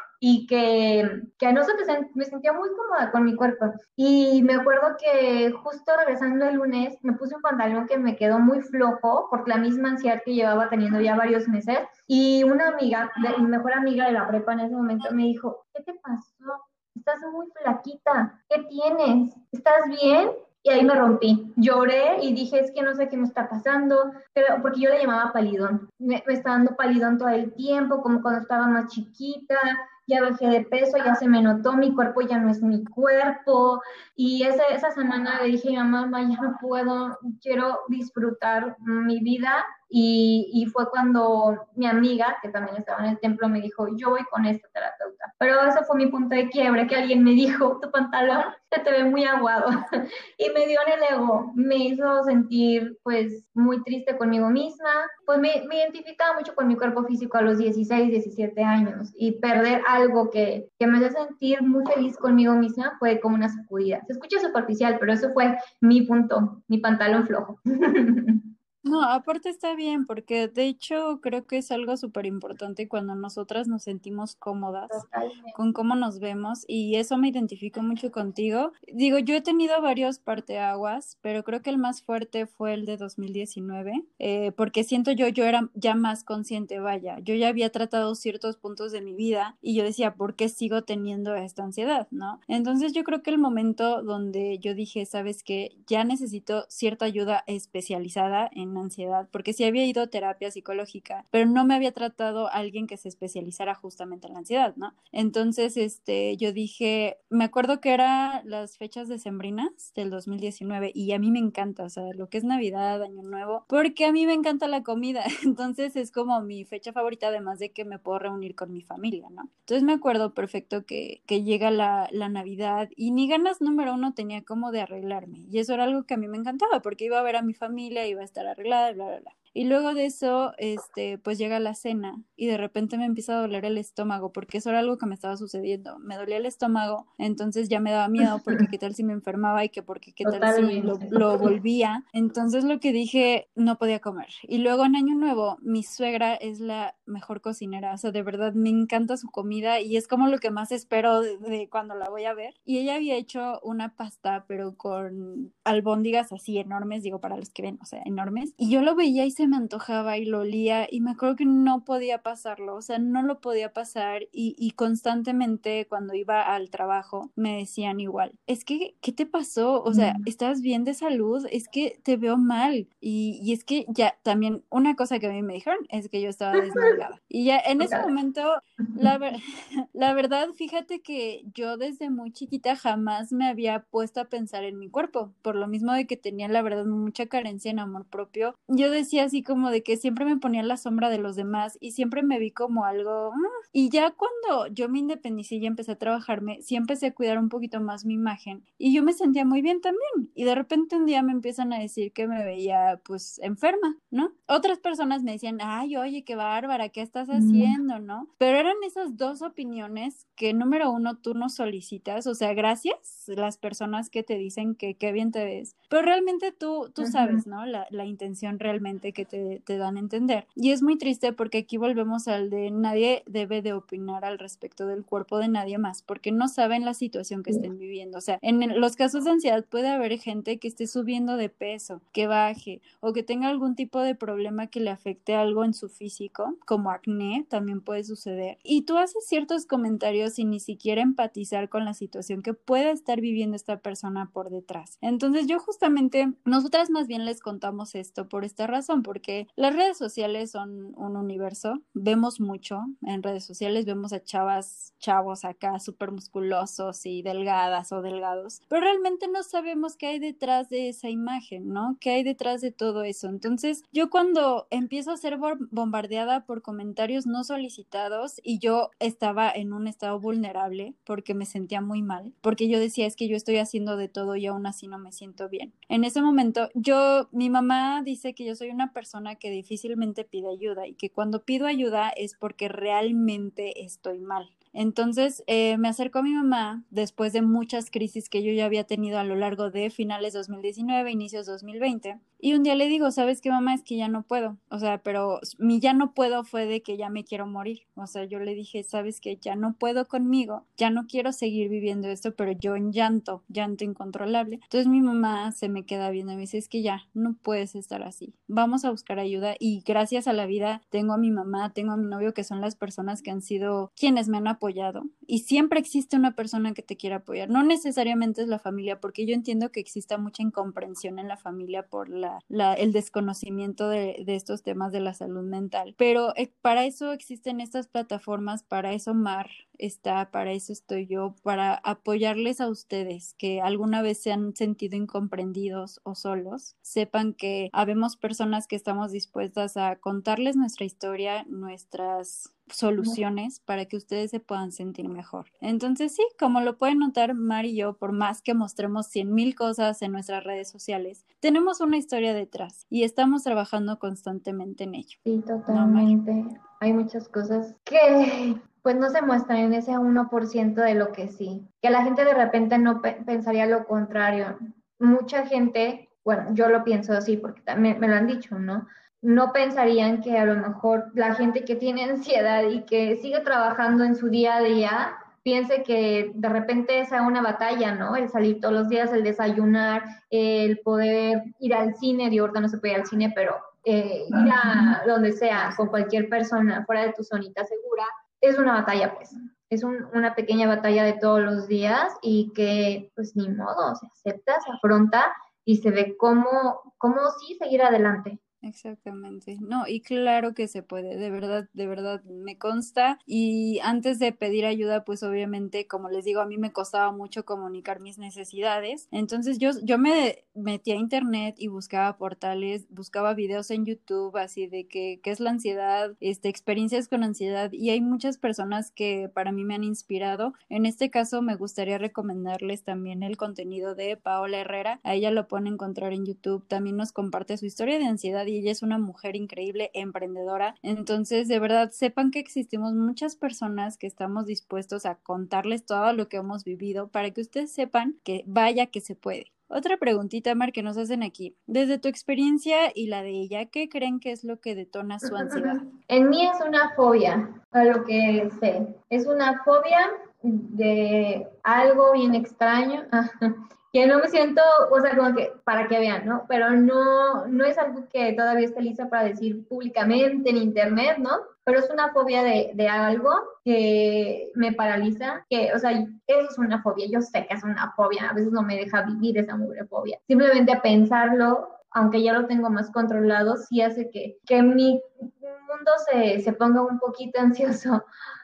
y que, que no sé, me sentía muy cómoda con mi cuerpo. Y me acuerdo que justo regresando el lunes me puse un pantalón que me quedó muy flojo por la misma ansiedad que llevaba teniendo ya varios meses. Y una amiga, de, mi mejor amiga de la prepa en ese momento me dijo, ¿qué te pasó? Estás muy flaquita, ¿qué tienes? ¿Estás bien? Y ahí me rompí, lloré y dije, es que no sé qué me está pasando, pero porque yo le llamaba palidón, me, me está dando palidón todo el tiempo, como cuando estaba más chiquita, ya bajé de peso, ya se me notó, mi cuerpo ya no es mi cuerpo, y ese, esa semana le dije a mi mamá, ya no puedo, quiero disfrutar mi vida y, y fue cuando mi amiga, que también estaba en el templo, me dijo, yo voy con esta terapeuta. Pero ese fue mi punto de quiebre, que alguien me dijo, tu pantalón se te ve muy aguado. Y me dio en el ego, me hizo sentir pues muy triste conmigo misma, pues me, me identificaba mucho con mi cuerpo físico a los dieciséis, diecisiete años, y perder algo que, que me hace sentir muy feliz conmigo misma fue como una sacudida. Se escucha superficial, pero eso fue mi punto, mi pantalón flojo. No, aparte está bien, porque de hecho creo que es algo súper importante cuando nosotras nos sentimos cómodas Totalmente. con cómo nos vemos, y eso me identifico mucho contigo. Digo, yo he tenido varios parteaguas, pero creo que el más fuerte fue el de dos mil diecinueve, eh, porque siento yo, yo era ya más consciente, vaya, yo ya había tratado ciertos puntos de mi vida y yo decía, ¿por qué sigo teniendo esta ansiedad, no? Entonces yo creo que el momento donde yo dije, ¿sabes qué? Ya necesito cierta ayuda especializada en ansiedad, porque sí había ido a terapia psicológica, pero no me había tratado a alguien que se especializara justamente en la ansiedad, ¿no? Entonces, este, yo dije, me acuerdo que era las fechas decembrinas del dos mil diecinueve y a mí me encanta, o sea, lo que es Navidad, Año Nuevo, porque a mí me encanta la comida, entonces es como mi fecha favorita, además de que me puedo reunir con mi familia, ¿no? Entonces me acuerdo perfecto que, que llega la, la Navidad y ni ganas número uno tenía como de arreglarme, y eso era algo que a mí me encantaba, porque iba a ver a mi familia, iba a estar arreglada, bla, bla, bla. Y luego de eso, este, pues llega la cena y de repente me empieza a doler el estómago, porque eso era algo que me estaba sucediendo. Me dolía el estómago, entonces ya me daba miedo porque qué tal si me enfermaba y que porque qué tal si lo, Totalmente. lo volvía. Entonces lo que dije, no podía comer. Y luego en Año Nuevo, mi suegra es la mejor cocinera, o sea, de verdad me encanta su comida y es como lo que más espero de, de cuando la voy a ver. Y ella había hecho una pasta, pero con albóndigas así enormes, digo, para los que ven, o sea, enormes. Y yo lo veía y se me antojaba y lo olía y me acuerdo que no podía pasarlo, o sea, no lo podía pasar y, y constantemente cuando iba al trabajo me decían igual, es que, ¿qué te pasó? O sea, ¿estás bien de salud? Es que te veo mal y, y es que ya también una cosa que a mí me dijeron es que yo estaba desnalgada y ya en ese momento la, ver la verdad, fíjate que yo desde muy chiquita jamás me había puesto a pensar en mi cuerpo, por lo mismo de que tenía la verdad mucha carencia en amor propio. Yo decía así como de que siempre me ponía en la sombra de los demás y siempre me vi como algo... mm. Y ya cuando yo me independicé y empecé a trabajarme, sí empecé a cuidar un poquito más mi imagen y yo me sentía muy bien también. Y de repente un día me empiezan a decir que me veía pues enferma, ¿no? Otras personas me decían, ay, oye, qué bárbara, ¿qué estás haciendo, no? Pero eran esas dos opiniones que número uno tú no solicitas, o sea, gracias las personas que te dicen que qué bien te ves, pero realmente tú, tú sabes, ¿no? La, la intención realmente que te, te dan a entender. Y es muy triste porque aquí volvemos al de nadie debe de opinar al respecto del cuerpo de nadie más, porque no saben la situación que estén viviendo. O sea, en los casos de ansiedad puede haber gente que esté subiendo de peso, que baje, o que tenga algún tipo de problema que le afecte algo en su físico, como acné, también puede suceder. Y tú haces ciertos comentarios sin ni siquiera empatizar con la situación que pueda estar viviendo esta persona por detrás. Entonces yo justamente, nosotras más bien les contamos esto por esta razón, porque las redes sociales son un universo, vemos mucho en redes sociales, vemos a chavas, chavos acá súper musculosos y delgadas o delgados, pero realmente no sabemos qué hay detrás de esa imagen, ¿no? ¿Qué hay detrás de todo eso? Entonces yo cuando empiezo a ser bombardeada por comentarios no solicitados y yo estaba en un estado vulnerable porque me sentía muy mal, porque yo decía es que yo estoy haciendo de todo y aún así no me siento bien. En ese momento yo, mi mamá dice que yo soy una persona que difícilmente pide ayuda y que cuando pido ayuda es porque realmente estoy mal. Entonces eh, me acercó a mi mamá después de muchas crisis que yo ya había tenido a lo largo de finales dos mil diecinueve, inicios dos mil veinte, y un día le digo, ¿sabes qué, mamá? Es que ya no puedo, o sea, pero mi ya no puedo fue de que ya me quiero morir, o sea, yo le dije, ¿sabes qué? Ya no puedo conmigo, ya no quiero seguir viviendo esto, pero yo en llanto, llanto incontrolable. Entonces mi mamá se me queda viendo y me dice, es que ya, no puedes estar así, vamos a buscar ayuda, y gracias a la vida tengo a mi mamá, tengo a mi novio, que son las personas que han sido quienes me han apoyado apoyado, y siempre existe una persona que te quiere apoyar, no necesariamente es la familia, porque yo entiendo que exista mucha incomprensión en la familia por la, la, el desconocimiento de, de estos temas de la salud mental, pero eh, para eso existen estas plataformas, para eso Mar está, para eso estoy yo, para apoyarles a ustedes que alguna vez se han sentido incomprendidos o solos. Sepan que habemos personas que estamos dispuestas a contarles nuestra historia, nuestras soluciones para que ustedes se puedan sentir mejor. Entonces sí, como lo pueden notar, Mar y yo, por más que mostremos cien mil cosas en nuestras redes sociales, tenemos una historia detrás y estamos trabajando constantemente en ello. Sí, ¿No, Mar? totalmente. Hay muchas cosas que pues no se muestran en ese uno por ciento de lo que sí. Que la gente de repente no pe- pensaría lo contrario. Mucha gente, bueno, yo lo pienso así porque también me lo han dicho, ¿no? No pensarían que a lo mejor la gente que tiene ansiedad y que sigue trabajando en su día a día, piense que de repente sea una batalla, ¿no? El salir todos los días, el desayunar, el poder ir al cine, digo, ahorita no se puede ir al cine, pero eh, ir a donde sea, con cualquier persona, fuera de tu zonita segura, es una batalla, pues. Es un, una pequeña batalla de todos los días y que, pues, ni modo, se acepta, se afronta y se ve cómo, cómo sí seguir adelante. Exactamente. No, y claro que se puede, de verdad, de verdad me consta. Y antes de pedir ayuda, pues obviamente, como les digo, a mí me costaba mucho comunicar mis necesidades. Entonces yo, yo me metí a internet y buscaba portales, buscaba videos en YouTube, así de que, qué es la ansiedad, este, experiencias con ansiedad. Y hay muchas personas que para mí me han inspirado. En este caso, me gustaría recomendarles también el contenido de Paola Herrera. A ella lo pueden encontrar en YouTube. También nos comparte su historia de ansiedad y ella es una mujer increíble, emprendedora. Entonces, de verdad, sepan que existimos muchas personas que estamos dispuestos a contarles todo lo que hemos vivido para que ustedes sepan que vaya que se puede. Otra preguntita, Mar, que nos hacen aquí. Desde tu experiencia y la de ella, ¿qué creen que es lo que detona su ansiedad? En mí es una fobia, a lo que sé. Es una fobia de algo bien extraño. Que no me siento, o sea, como que para que vean, ¿no? Pero no, no es algo que todavía esté lista para decir públicamente en internet, ¿no? Pero es una fobia de, de algo que me paraliza, que, o sea, eso es una fobia, yo sé que es una fobia, a veces no me deja vivir esa mugre fobia. Simplemente pensarlo, aunque ya lo tengo más controlado, sí hace que, que mi mundo se, se ponga un poquito ansioso.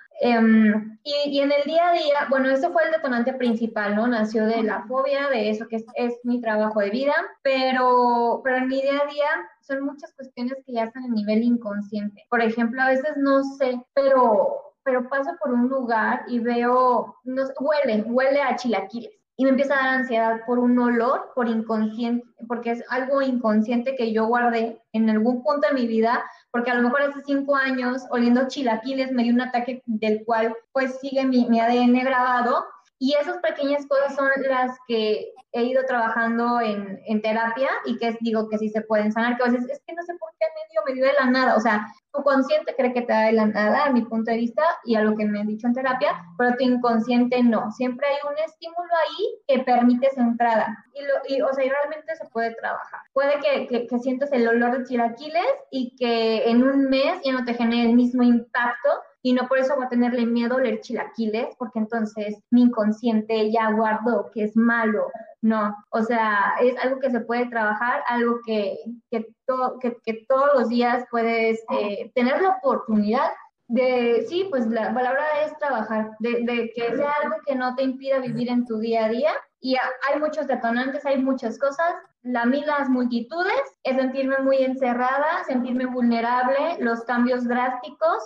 Um, y, y en el día a día, bueno, eso fue el detonante principal, ¿no? Nació de la fobia, de eso que es, es mi trabajo de vida, pero, pero en mi día a día son muchas cuestiones que ya están a nivel inconsciente. Por ejemplo, a veces no sé, pero, pero paso por un lugar y veo, no sé, huele, huele a chilaquiles. Y me empieza a dar ansiedad por un olor, por inconsciente, porque es algo inconsciente que yo guardé en algún punto de mi vida, porque a lo mejor hace cinco años, oliendo chilaquiles, me dio un ataque del cual pues sigue mi, mi A D N grabado, y esas pequeñas cosas son las que he ido trabajando en, en terapia y que digo que sí se pueden sanar, que a veces es que no sé por qué me dio, me dio de la nada, o sea, tu consciente cree que te da de la nada, a mi punto de vista, y a lo que me han dicho en terapia, pero tu inconsciente no, siempre hay un estímulo ahí que permite esa entrada, y, lo, y o sea, y realmente se puede trabajar. Puede que, que, que sientas el olor de chilaquiles y que en un mes ya no te genere el mismo impacto, y no por eso voy a tenerle miedo a oler chilaquiles, porque entonces mi inconsciente ya guardó que es malo. No, o sea, es algo que se puede trabajar, algo que, que, to, que, que todos los días puedes eh, tener la oportunidad de, sí, pues la palabra es trabajar, de, de que sea algo que no te impida vivir en tu día a día. Y hay muchos detonantes, hay muchas cosas. La mí las multitudes es sentirme muy encerrada, sentirme vulnerable, los cambios drásticos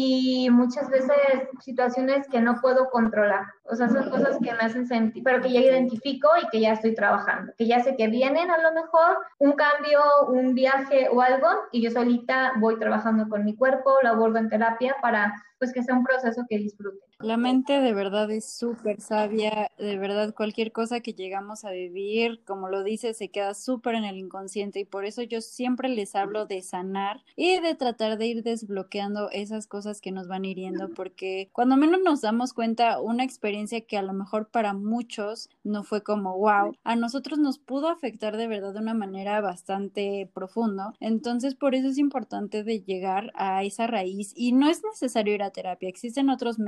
y muchas veces situaciones que no puedo controlar. O sea, son cosas que me hacen sentir, pero que ya identifico y que ya estoy trabajando, que ya sé que vienen a lo mejor un cambio, un viaje o algo, y yo solita voy trabajando con mi cuerpo, lo abordo en terapia para pues que sea un proceso que disfrute. La mente de verdad es súper sabia, de verdad cualquier cosa que llegamos a vivir, como lo dice, se queda súper en el inconsciente y por eso yo siempre les hablo de sanar y de tratar de ir desbloqueando esas cosas que nos van hiriendo, porque cuando menos nos damos cuenta, una experiencia que a lo mejor para muchos no fue como wow, a nosotros nos pudo afectar de verdad de una manera bastante profunda, entonces por eso es importante de llegar a esa raíz y no es necesario ir a terapia, existen otros métodos que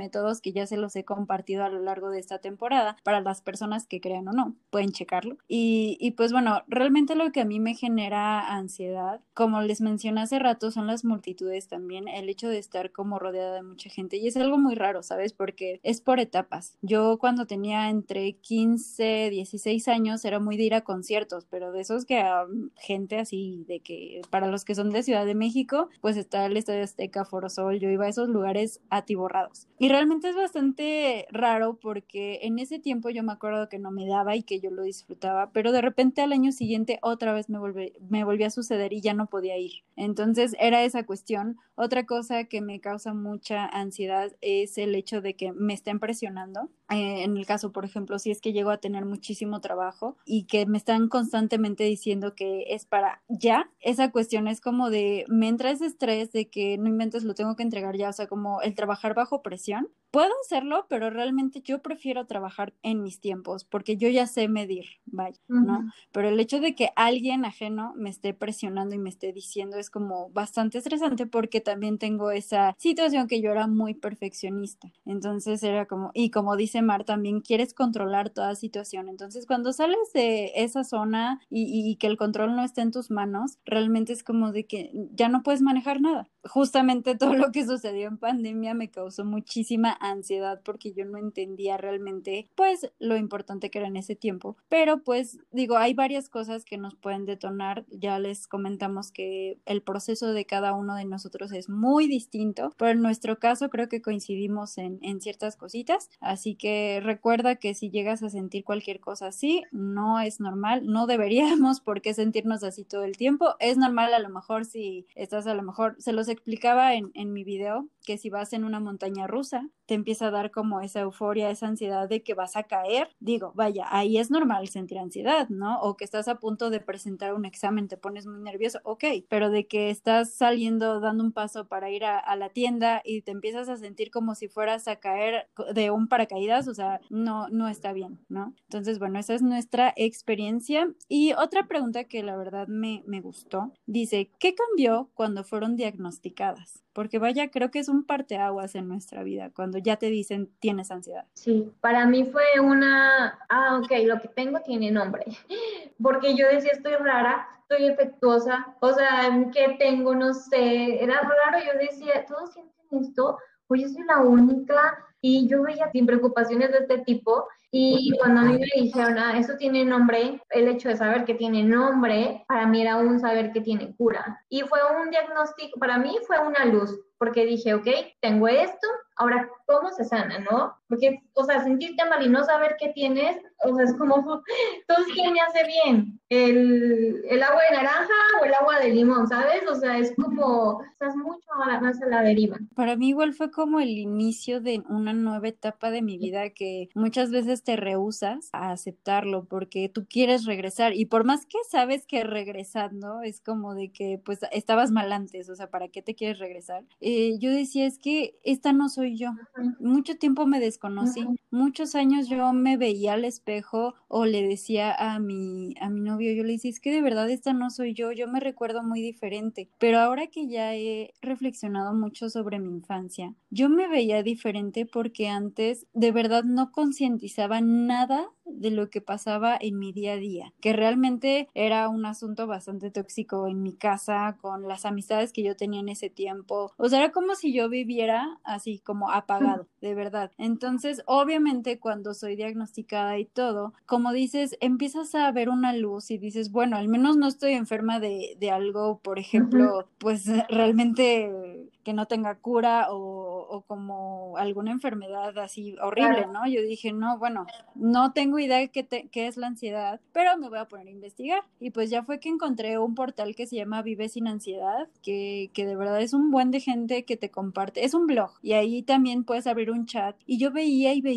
que ya se los he compartido a lo largo de esta temporada, para las personas que crean o no, pueden checarlo. Y, y pues bueno, realmente lo que a mí me genera ansiedad, como les mencioné hace rato, son las multitudes también, el hecho de estar como rodeada de mucha gente, y es algo muy raro, ¿sabes? Porque es por etapas. Yo cuando tenía entre quince, dieciséis años era muy de ir a conciertos, pero de esos que a gente así, de que para los que son de Ciudad de México, pues está el Estadio Azteca, Foro Sol, yo iba a esos lugares atiborrados. Y realmente es bastante raro porque en ese tiempo yo me acuerdo que no me daba y que yo lo disfrutaba, pero de repente al año siguiente otra vez me volví, me volvió a suceder y ya no podía ir. Entonces era esa cuestión. Otra cosa que me causa mucha ansiedad es el hecho de que me estén presionando. Eh, en el caso, por ejemplo, si es que llego a tener muchísimo trabajo y que me están constantemente diciendo que es para ya, esa cuestión es como de, me entra ese estrés de que no inventes, lo tengo que entregar ya, o sea, como el trabajar bajo presión. Puedo hacerlo, pero realmente yo prefiero trabajar en mis tiempos porque yo ya sé medir, vaya, ¿no? Uh-huh. Pero el hecho de que alguien ajeno me esté presionando y me esté diciendo es como bastante estresante porque también tengo esa situación que yo era muy perfeccionista. Entonces era como, y como dice Mar, también quieres controlar toda situación. Entonces cuando sales de esa zona y, y, y que el control no está en tus manos, realmente es como de que ya no puedes manejar nada. Justamente todo lo que sucedió en pandemia me causó muchísima ansiedad porque yo no entendía realmente pues lo importante que era en ese tiempo, pero pues digo, hay varias cosas que nos pueden detonar. Ya les comentamos que el proceso de cada uno de nosotros es muy distinto, pero en nuestro caso creo que coincidimos en, en ciertas cositas, así que recuerda que si llegas a sentir cualquier cosa así, no es normal, no deberíamos por qué sentirnos así todo el tiempo. Es normal a lo mejor si estás, a lo mejor se los explicaba en, en mi video, que si vas en una montaña rusa, te empieza a dar como esa euforia, esa ansiedad de que vas a caer. Digo, vaya, ahí es normal sentir ansiedad, ¿no? O que estás a punto de presentar un examen, te pones muy nervioso, ok, pero de que estás saliendo, dando un paso para ir a, a la tienda y te empiezas a sentir como si fueras a caer de un paracaídas, o sea, no, no está bien, ¿no? Entonces, bueno, esa es nuestra experiencia. Y otra pregunta que la verdad me, me gustó, dice, ¿qué cambió cuando fueron diagnosticadas? Porque vaya, creo que es un parteaguas en nuestra vida, cuando ya te dicen tienes ansiedad. Sí, para mí fue una, ah, ok, lo que tengo tiene nombre, porque yo decía estoy rara, estoy defectuosa, o sea, ¿qué tengo? No sé, era raro, yo decía, ¿todos sienten esto? O yo soy la única, y yo veía sin preocupaciones de este tipo, y cuando a mí me dijeron, ah, eso tiene nombre, el hecho de saber que tiene nombre, para mí era un saber que tiene cura, y fue un diagnóstico, para mí fue una luz, porque dije, ok, tengo esto, ahora, ¿cómo se sana, no? Porque, o sea, sentirte mal y no saber qué tienes, o sea, es como, entonces, ¿qué me hace bien? ¿El, el agua de naranja o el agua de limón, sabes? O sea, es como, estás mucho más a la deriva. Para mí igual fue como el inicio de una nueva etapa de mi vida que muchas veces te rehusas a aceptarlo porque tú quieres regresar y por más que sabes que regresando es como de que pues estabas mal antes, o sea, ¿para qué te quieres regresar? Eh, yo decía, es que esta no soy yo. Uh-huh. Mucho tiempo me desconocí, uh-huh. Muchos años yo me veía al espejo o le decía a mi, a mi novio, yo le decía, es que de verdad esta no soy yo, yo me recuerdo muy diferente, pero ahora que ya he reflexionado mucho sobre mi infancia, yo me veía diferente porque antes de verdad no concientizaba nada de lo que pasaba en mi día a día, que realmente era un asunto bastante tóxico en mi casa, con las amistades que yo tenía en ese tiempo, o sea, era como si yo viviera así como apagado, de verdad. Entonces, obviamente cuando soy diagnosticada y todo, como dices, empiezas a ver una luz y dices, bueno, al menos no estoy enferma de, de algo, por ejemplo, uh-huh. pues realmente que no tenga cura o, o como alguna enfermedad así horrible, claro. ¿no? Yo dije, no, bueno, no tengo idea de qué, te, qué es la ansiedad, pero me voy a poner a investigar. Y pues ya fue que encontré un portal que se llama Vive Sin Ansiedad, que, que de verdad es un buen de gente que te comparte, es un blog, y ahí también puedes abrir un chat. Y yo veía y veía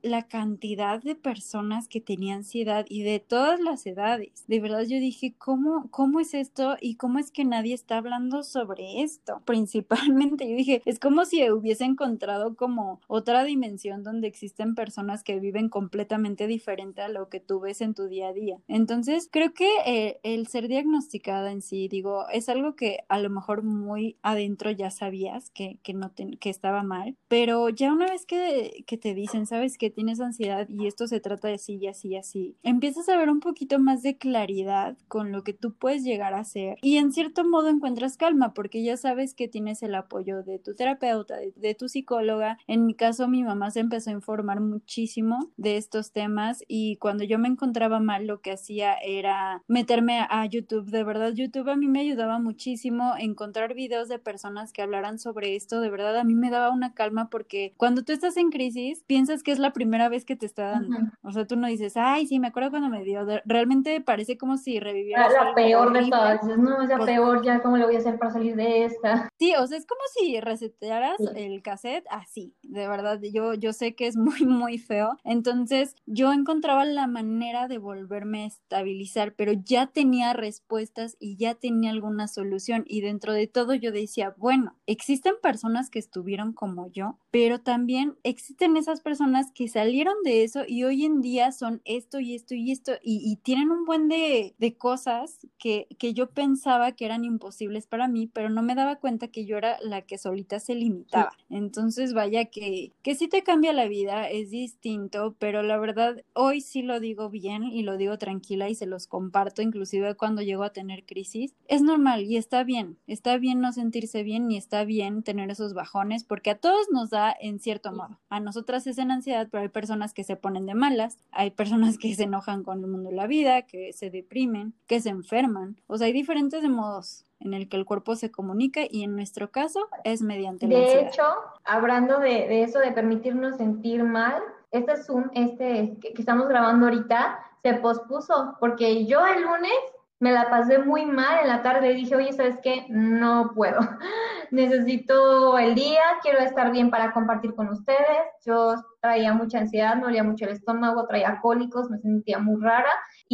la cantidad de personas que tenían ansiedad y de todas las edades. De verdad yo dije, ¿cómo, cómo es esto? Y cómo es que nadie está hablando sobre esto. Principalmente yo dije, es como si hubiese encontrado como otra dimensión donde existen personas que viven completamente diferente a lo que tú ves en tu día a día. Entonces creo que eh, el ser diagnosticada en sí, digo, es algo que a lo mejor muy adentro ya sabías que, que, no te, que estaba mal, pero ya una vez que, que te dicen, sabes que tienes ansiedad y esto se trata de así y así y así, empiezas a ver un poquito más de claridad con lo que tú puedes llegar a hacer y en cierto modo encuentras calma porque ya sabes que tienes el apoyo de tu terapeuta, de, de tu psicóloga. En mi caso, mi mamá se empezó a informar muchísimo de estos temas y cuando yo me encontraba mal, lo que hacía era meterme a YouTube. De verdad, YouTube a mí me ayudaba muchísimo. Encontrar videos de personas que hablaran sobre esto, de verdad, a mí me daba una calma porque cuando tú estás en crisis, piensas que es la primera vez que te está dando. Ujú. O sea, tú no dices, ay, sí, me acuerdo cuando me dio. De- realmente parece como si La, revivieras la algo peor de horrible. todas. Dices, no, es la Pues, peor, ya, ¿cómo le voy a hacer para salir de esta? sí, o sea, es como si resetearas Sí. el cassette así, de verdad, yo, yo sé que es muy, muy feo. Entonces, yo encontraba la manera de volverme a estabilizar, pero ya tenía respuestas y ya tenía alguna solución. Y dentro de todo yo decía, bueno, existen personas que estuvieron como yo, pero también existen esas personas que salieron de eso y hoy en día son esto y esto y esto y, y tienen un buen de, de cosas que, que yo pensaba que eran imposibles para mí, pero no me daba cuenta que yo era la que solita se Sí. limitaba. Entonces, vaya que, que sí te cambia la vida, es distinto, pero la verdad, hoy sí lo digo bien y lo digo tranquila y se los comparto, inclusive cuando llego a tener crisis. Es normal y está bien, está bien no sentirse bien y está bien tener esos bajones, porque a todos nos da en cierto modo. A nosotras es en ansiedad, pero hay personas que se ponen de malas, hay personas que se enojan con el mundo de la vida, que se deprimen, que se enferman. O sea, hay diferentes modos en el que el cuerpo se comunica y en nuestro caso es mediante la De ansiedad. hecho, hablando de, de eso, de permitirnos sentir mal, este Zoom, este que, que estamos grabando ahorita, se pospuso porque yo el lunes me la pasé muy mal en la tarde y dije, oye, ¿sabes qué? No puedo. Necesito el día, quiero estar bien para compartir con ustedes. Yo traía mucha ansiedad, me olía mucho el estómago, traía cólicos, me sentía muy rara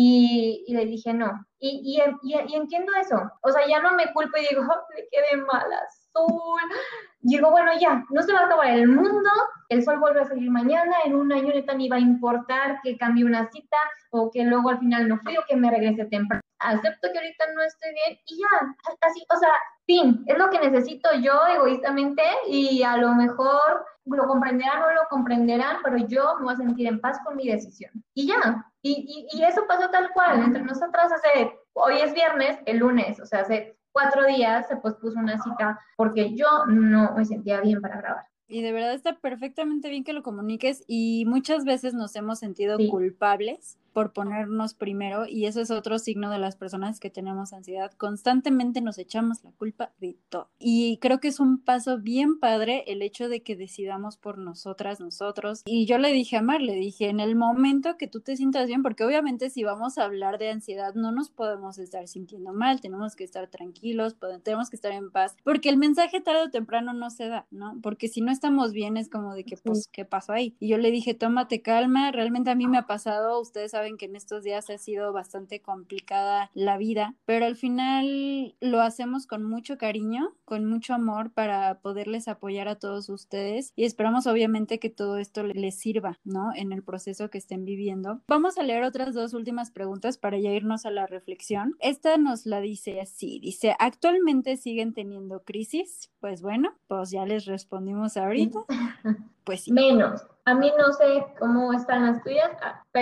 y, y le dije no. Y, y, y, y entiendo eso. O sea, ya no me culpo y digo, oh, me quedé mala, azul. Digo, bueno, ya, no se va a acabar el mundo, el sol vuelve a salir mañana, en un año neta ni va a importar que cambie una cita o que luego al final no fui o que me regrese temprano. Acepto que ahorita no estoy bien y ya, así, o sea, fin, es lo que necesito yo egoístamente y a lo mejor lo comprenderán o no lo comprenderán, pero yo me voy a sentir en paz con mi decisión. Y ya, y, y, y eso pasó tal cual, entre nosotras hace, hoy es viernes, el lunes, o sea, hace cuatro días se pospuso una cita porque yo no me sentía bien para grabar. Y de verdad está perfectamente bien que lo comuniques y muchas veces nos hemos sentido Sí. culpables por ponernos primero y eso es otro signo de las personas que tenemos ansiedad. Constantemente nos echamos la culpa de todo. Y creo que es un paso bien padre el hecho de que decidamos por nosotras, nosotros. Y yo le dije a Mar, le dije, en el momento que tú te sientas bien, porque obviamente si vamos a hablar de ansiedad no nos podemos estar sintiendo mal, tenemos que estar tranquilos, podemos, tenemos que estar en paz, porque el mensaje tarde o temprano no se da, ¿no? Porque si no estamos bien es como de que, pues, ¿qué pasó ahí? Y yo le dije, tómate calma, realmente a mí me ha pasado, ustedes saben que en estos días ha sido bastante complicada la vida, pero al final lo hacemos con mucho cariño, con mucho amor para poderles apoyar a todos ustedes y esperamos obviamente que todo esto les sirva, ¿no? En el proceso que estén viviendo. Vamos a leer otras dos últimas preguntas para ya irnos a la reflexión. Esta nos la dice así, dice, ¿actualmente siguen teniendo crisis? Pues bueno, pues ya les respondimos ahorita. Pues sí. Menos. A mí no sé cómo están las tuyas,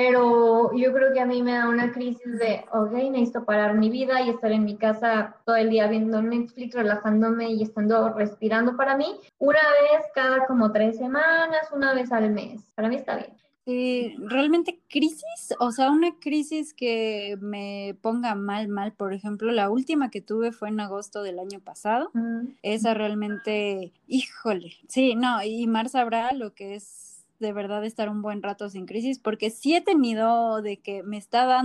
pero yo creo que a mí me da una crisis de, ok, necesito parar mi vida y estar en mi casa todo el día viendo Netflix, relajándome y estando respirando para mí, una vez cada como tres semanas, una vez al mes. Para mí está bien. Eh, realmente crisis, o sea, una crisis que me ponga mal, mal, por ejemplo, la última que tuve fue en agosto del año pasado, Mm. esa realmente, híjole, sí, no, y Mar sabrá lo que es de verdad estar un buen rato sin crisis, porque sí he tenido de que me está dando,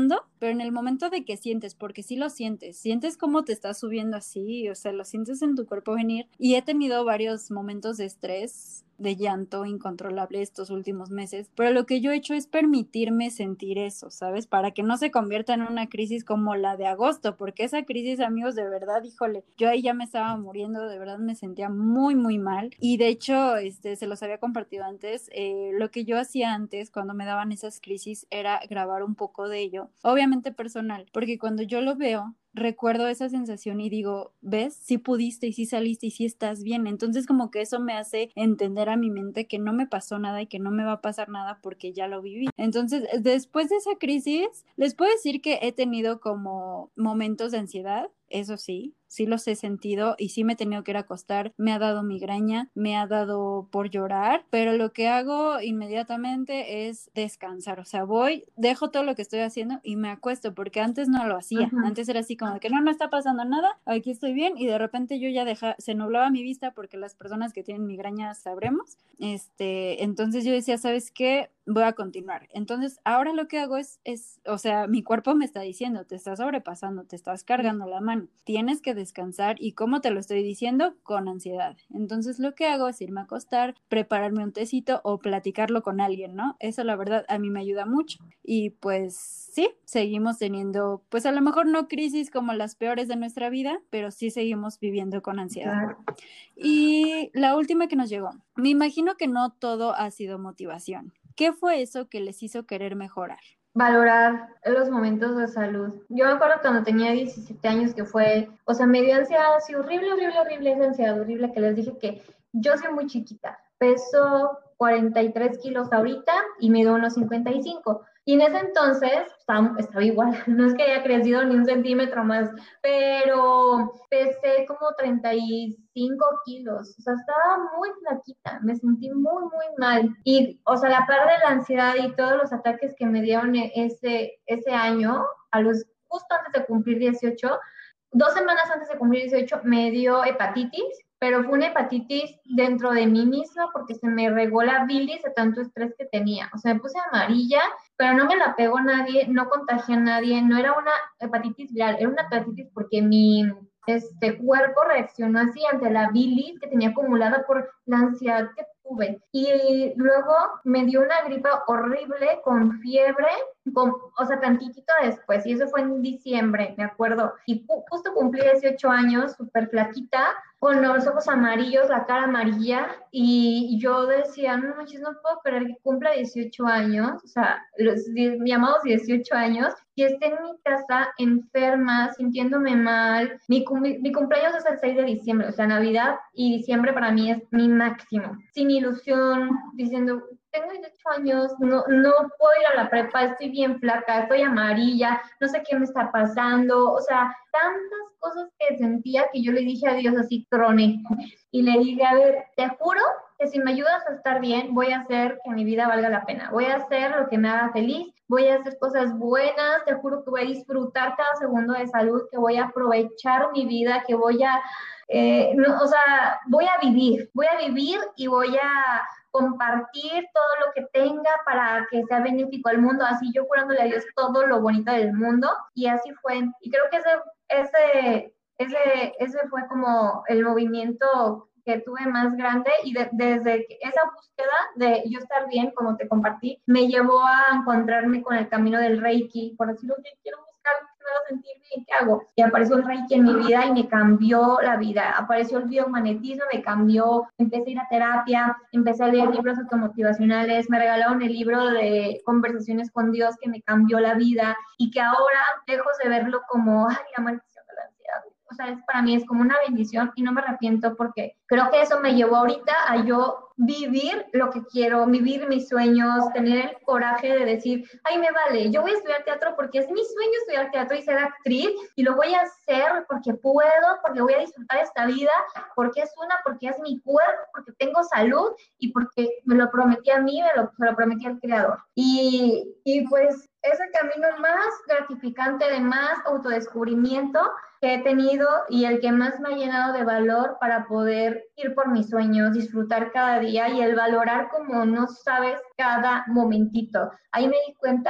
pero en el momento de que sientes, porque sí lo sientes, sientes cómo te estás subiendo así, o sea, lo sientes en tu cuerpo venir, y he tenido varios momentos de estrés, de llanto incontrolable estos últimos meses, pero lo que yo he hecho es permitirme sentir eso, ¿sabes? Para que no se convierta en una crisis como la de agosto, porque esa crisis, amigos, de verdad, híjole, yo ahí ya me estaba muriendo, de verdad me sentía muy, muy mal, y de hecho, este, se los había compartido antes, eh, lo que yo hacía antes cuando me daban esas crisis era grabar un poco de ello, obviamente personal, porque cuando yo lo veo, recuerdo esa sensación y digo, ¿ves? Sí pudiste y sí saliste y sí estás bien. Entonces como que eso me hace entender a mi mente que no me pasó nada y que no me va a pasar nada porque ya lo viví. Entonces, después de esa crisis, les puedo decir que he tenido como momentos de ansiedad, eso sí, sí los he sentido y sí me he tenido que ir a acostar, me ha dado migraña, me ha dado por llorar, pero lo que hago inmediatamente es descansar, o sea, voy, dejo todo lo que estoy haciendo y me acuesto, porque antes no lo hacía, Ujú. antes era así como de que no, no está pasando nada, aquí estoy bien, y de repente yo ya deja, se nublaba mi vista porque las personas que tienen migraña sabremos, este, entonces yo decía, ¿sabes qué? Voy a continuar. Entonces, ahora lo que hago es, es, o sea, mi cuerpo me está diciendo, te estás sobrepasando, te estás cargando la mano, tienes que descansar. ¿Y cómo te lo estoy diciendo? Con ansiedad. Entonces, lo que hago es irme a acostar, prepararme un tecito o platicarlo con alguien, ¿no? Eso, la verdad, a mí me ayuda mucho. Y pues, sí, seguimos teniendo, pues a lo mejor no crisis como las peores de nuestra vida, pero sí seguimos viviendo con ansiedad. Claro. Y la última que nos llegó. Me imagino que no todo ha sido motivación. ¿Qué fue eso que les hizo querer mejorar? Valorar los momentos de salud. Yo me acuerdo cuando tenía diecisiete años que fue, o sea, me dio ansiedad así horrible, horrible, horrible, esa ansiedad horrible que les dije que yo soy muy chiquita, peso cuarenta y tres kilos ahorita y mido unos cincuenta y cinco. Y en ese entonces estaba, estaba igual, no es que haya crecido ni un centímetro más, pero pesé como treinta y cinco kilos, o sea, estaba muy flaquita, me sentí muy, muy mal. Y, o sea, la par de la ansiedad y todos los ataques que me dieron ese, ese año, a los, justo antes de cumplir dieciocho, dos semanas antes de cumplir dieciocho, me dio hepatitis, pero fue una hepatitis dentro de mí misma porque se me regó la bilis de tanto estrés que tenía. O sea, me puse amarilla, pero no me la pegó nadie, no contagié a nadie, no era una hepatitis viral, era una hepatitis porque mi este cuerpo reaccionó así ante la bilis que tenía acumulada por la ansiedad que tuve. Y luego me dio una gripa horrible con fiebre, con, o sea, tantitito después, y eso fue en diciembre, me acuerdo. Y justo cumplí dieciocho años, súper flaquita, con los ojos amarillos, la cara amarilla, y yo decía, no manches, no puedo creer que cumpla dieciocho años, o sea, los llamados dieciocho años, y esté en mi casa enferma, sintiéndome mal. Mi, mi cumpleaños es el seis de diciembre, o sea, Navidad y diciembre para mí es mi máximo. Sin ilusión, diciendo, tengo dieciocho años, no, no puedo ir a la prepa, estoy bien flaca, estoy amarilla, no sé qué me está pasando, o sea, tantas cosas que sentía que yo le dije a Dios así, troné, y le dije, a ver, te juro que si me ayudas a estar bien, voy a hacer que mi vida valga la pena, voy a hacer lo que me haga feliz, voy a hacer cosas buenas, te juro que voy a disfrutar cada segundo de salud, que voy a aprovechar mi vida, que voy a, eh, no, o sea, voy a vivir, voy a vivir y voy a compartir todo lo que tenga para que sea benéfico al mundo, así yo curándole a Dios todo lo bonito del mundo, y así fue. Y creo que ese, ese, ese, ese fue como el movimiento que tuve más grande, y de, desde esa búsqueda de yo estar bien, como te compartí, me llevó a encontrarme con el camino del Reiki, por decirlo que quiero buscar que me haga sentir bien, ¿qué hago? Y apareció el Reiki en mi vida y me cambió la vida, apareció el biomagnetismo, me cambió, empecé a ir a terapia, empecé a leer libros automotivacionales, me regalaron el libro de Conversaciones con Dios que me cambió la vida, y que ahora lejos de verlo como, ay, la maldición de la ansiedad, o sea, es, para mí es como una bendición y no me arrepiento porque creo que eso me llevó ahorita a yo vivir lo que quiero, vivir mis sueños, tener el coraje de decir, ay, me vale, yo voy a estudiar teatro porque es mi sueño estudiar teatro y ser actriz, y lo voy a hacer porque puedo, porque voy a disfrutar esta vida, porque es una, porque es mi cuerpo, porque tengo salud y porque me lo prometí a mí, me lo, me lo prometí al Creador. Y, y pues es el camino más gratificante, de más autodescubrimiento que he tenido y el que más me ha llenado de valor para poder ir por mis sueños, disfrutar cada día y el valorar como no sabes cada momentito. Ahí me di cuenta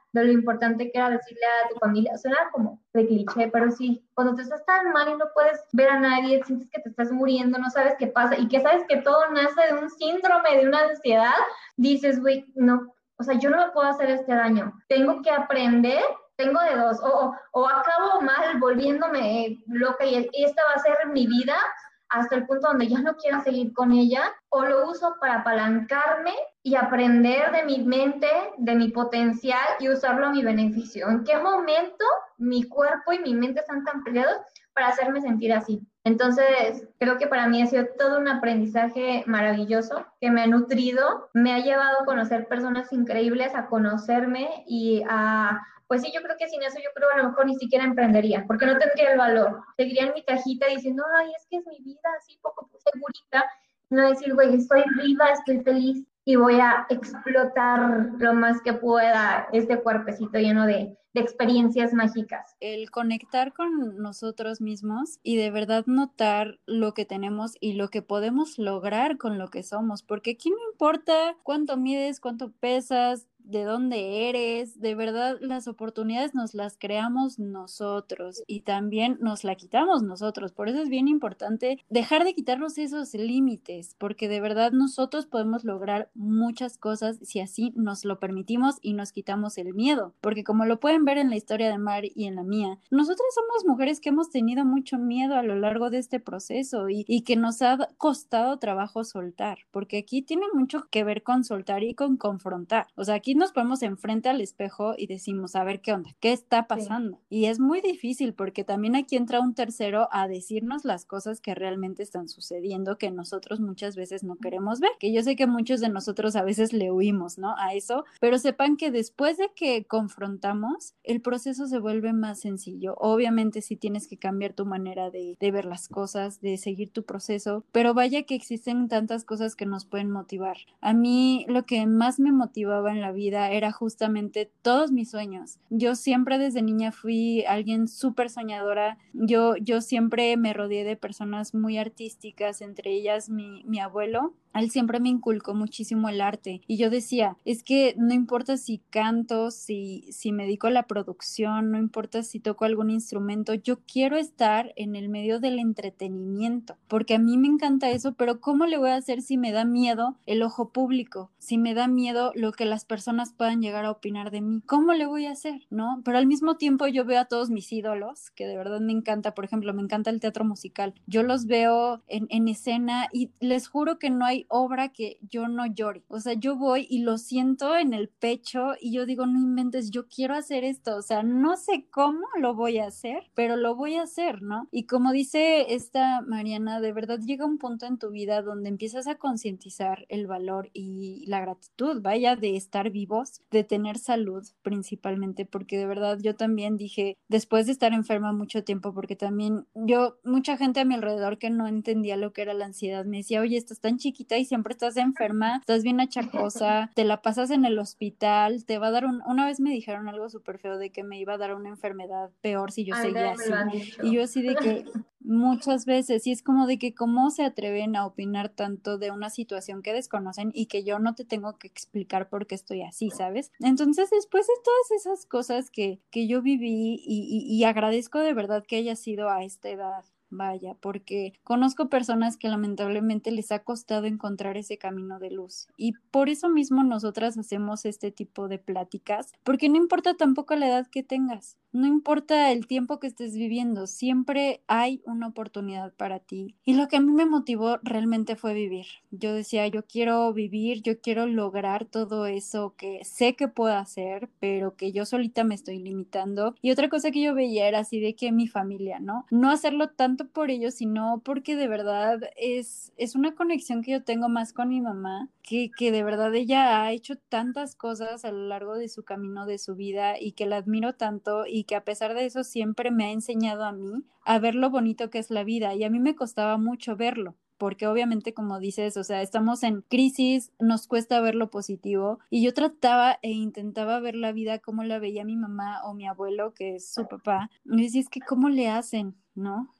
de lo importante que era decirle a tu familia. Suena como de cliché, pero sí, cuando te estás tan mal y no puedes ver a nadie, sientes que te estás muriendo, no sabes qué pasa y que sabes que todo nace de un síndrome, de una ansiedad, dices, güey, no, o sea, yo no me puedo hacer este daño. Tengo que aprender, tengo de dos, o, o acabo mal volviéndome loca y esta va a ser mi vida hasta el punto donde ya no quiero seguir con ella, o lo uso para apalancarme y aprender de mi mente, de mi potencial y usarlo a mi beneficio. ¿En qué momento mi cuerpo y mi mente están tan peleados para hacerme sentir así? Entonces, creo que para mí ha sido todo un aprendizaje maravilloso que me ha nutrido, me ha llevado a conocer personas increíbles, a conocerme y a... Pues sí, yo creo que sin eso yo creo a lo mejor ni siquiera emprendería, porque no tendría el valor. Seguiría en mi cajita diciendo, ay, es que es mi vida así poco segurita. No decir, güey, estoy viva, estoy feliz y voy a explotar lo más que pueda este cuerpecito lleno de, de experiencias mágicas. El conectar con nosotros mismos y de verdad notar lo que tenemos y lo que podemos lograr con lo que somos, porque aquí no importa cuánto mides, cuánto pesas, de dónde eres, de verdad las oportunidades nos las creamos nosotros y también nos la quitamos nosotros. Por eso es bien importante dejar de quitarnos esos límites, porque de verdad nosotros podemos lograr muchas cosas si así nos lo permitimos y nos quitamos el miedo, porque como lo pueden ver en la historia de Mar y en la mía, nosotras somos mujeres que hemos tenido mucho miedo a lo largo de este proceso y, y que nos ha costado trabajo soltar, porque aquí tiene mucho que ver con soltar y con confrontar. O sea, aquí nos ponemos enfrente al espejo y decimos, a ver qué onda, qué está pasando. Sí. Y es muy difícil porque también aquí entra un tercero a decirnos las cosas que realmente están sucediendo, que nosotros muchas veces no queremos ver, que yo sé que muchos de nosotros a veces le huimos, ¿no? A eso, pero sepan que después de que confrontamos, el proceso se vuelve más sencillo. Obviamente sí tienes que cambiar tu manera de, de ver las cosas, de seguir tu proceso, pero vaya que existen tantas cosas que nos pueden motivar. A mí lo que más me motivaba en la vida era justamente todos mis sueños. Yo siempre desde niña fui alguien súper soñadora. Yo, yo siempre me rodeé de personas muy artísticas, entre ellas mi, mi abuelo. Él siempre me inculcó muchísimo el arte y yo decía, es que no importa si canto, si, si me dedico a la producción, no importa si toco algún instrumento, yo quiero estar en el medio del entretenimiento, porque a mí me encanta eso, pero ¿cómo le voy a hacer si me da miedo el ojo público? Si me da miedo lo que las personas puedan llegar a opinar de mí, ¿cómo le voy a hacer? ¿No? Pero al mismo tiempo yo veo a todos mis ídolos, que de verdad me encanta, por ejemplo, me encanta el teatro musical, yo los veo en, en escena y les juro que no hay obra que yo no llore, o sea, yo voy y lo siento en el pecho y yo digo, no inventes, yo quiero hacer esto, o sea, no sé cómo lo voy a hacer, pero lo voy a hacer, ¿no? Y como dice esta Mariana, de verdad llega un punto en tu vida donde empiezas a concientizar el valor y la gratitud, vaya, de estar vivos, de tener salud principalmente, porque de verdad yo también dije, después de estar enferma mucho tiempo, porque también yo, mucha gente a mi alrededor que no entendía lo que era la ansiedad, me decía, oye, estás tan chiquita y siempre estás enferma, estás bien achacosa, te la pasas en el hospital, te va a dar un... Una vez me dijeron algo súper feo de que me iba a dar una enfermedad peor si yo A mí seguía también me lo han así, dicho. y yo así de que muchas veces, y es como de que cómo se atreven a opinar tanto de una situación que desconocen y que yo no te tengo que explicar por qué estoy así, ¿sabes? Entonces después de todas esas cosas que, que yo viví y, y, y agradezco de verdad que haya sido a esta edad, vaya, porque conozco personas que lamentablemente les ha costado encontrar ese camino de luz y por eso mismo nosotras hacemos este tipo de pláticas, porque no importa tampoco la edad que tengas, no importa el tiempo que estés viviendo, siempre hay una oportunidad para ti. Y lo que a mí me motivó realmente fue vivir. Yo decía, yo quiero vivir, yo quiero lograr todo eso que sé que puedo hacer, pero que yo solita me estoy limitando. Y otra cosa que yo veía era así de que mi familia, ¿no? No hacerlo tanto por ellos, sino porque de verdad es, es una conexión que yo tengo más con mi mamá, que, que de verdad ella ha hecho tantas cosas a lo largo de su camino, de su vida, y que la admiro tanto y que a pesar de eso siempre me ha enseñado a mí a ver lo bonito que es la vida y a mí me costaba mucho verlo. Porque obviamente, como dices, o sea, estamos en crisis, nos cuesta ver lo positivo y yo trataba e intentaba ver la vida como la veía mi mamá o mi abuelo, que es su papá, y decía, es que ¿cómo le hacen? ¿No?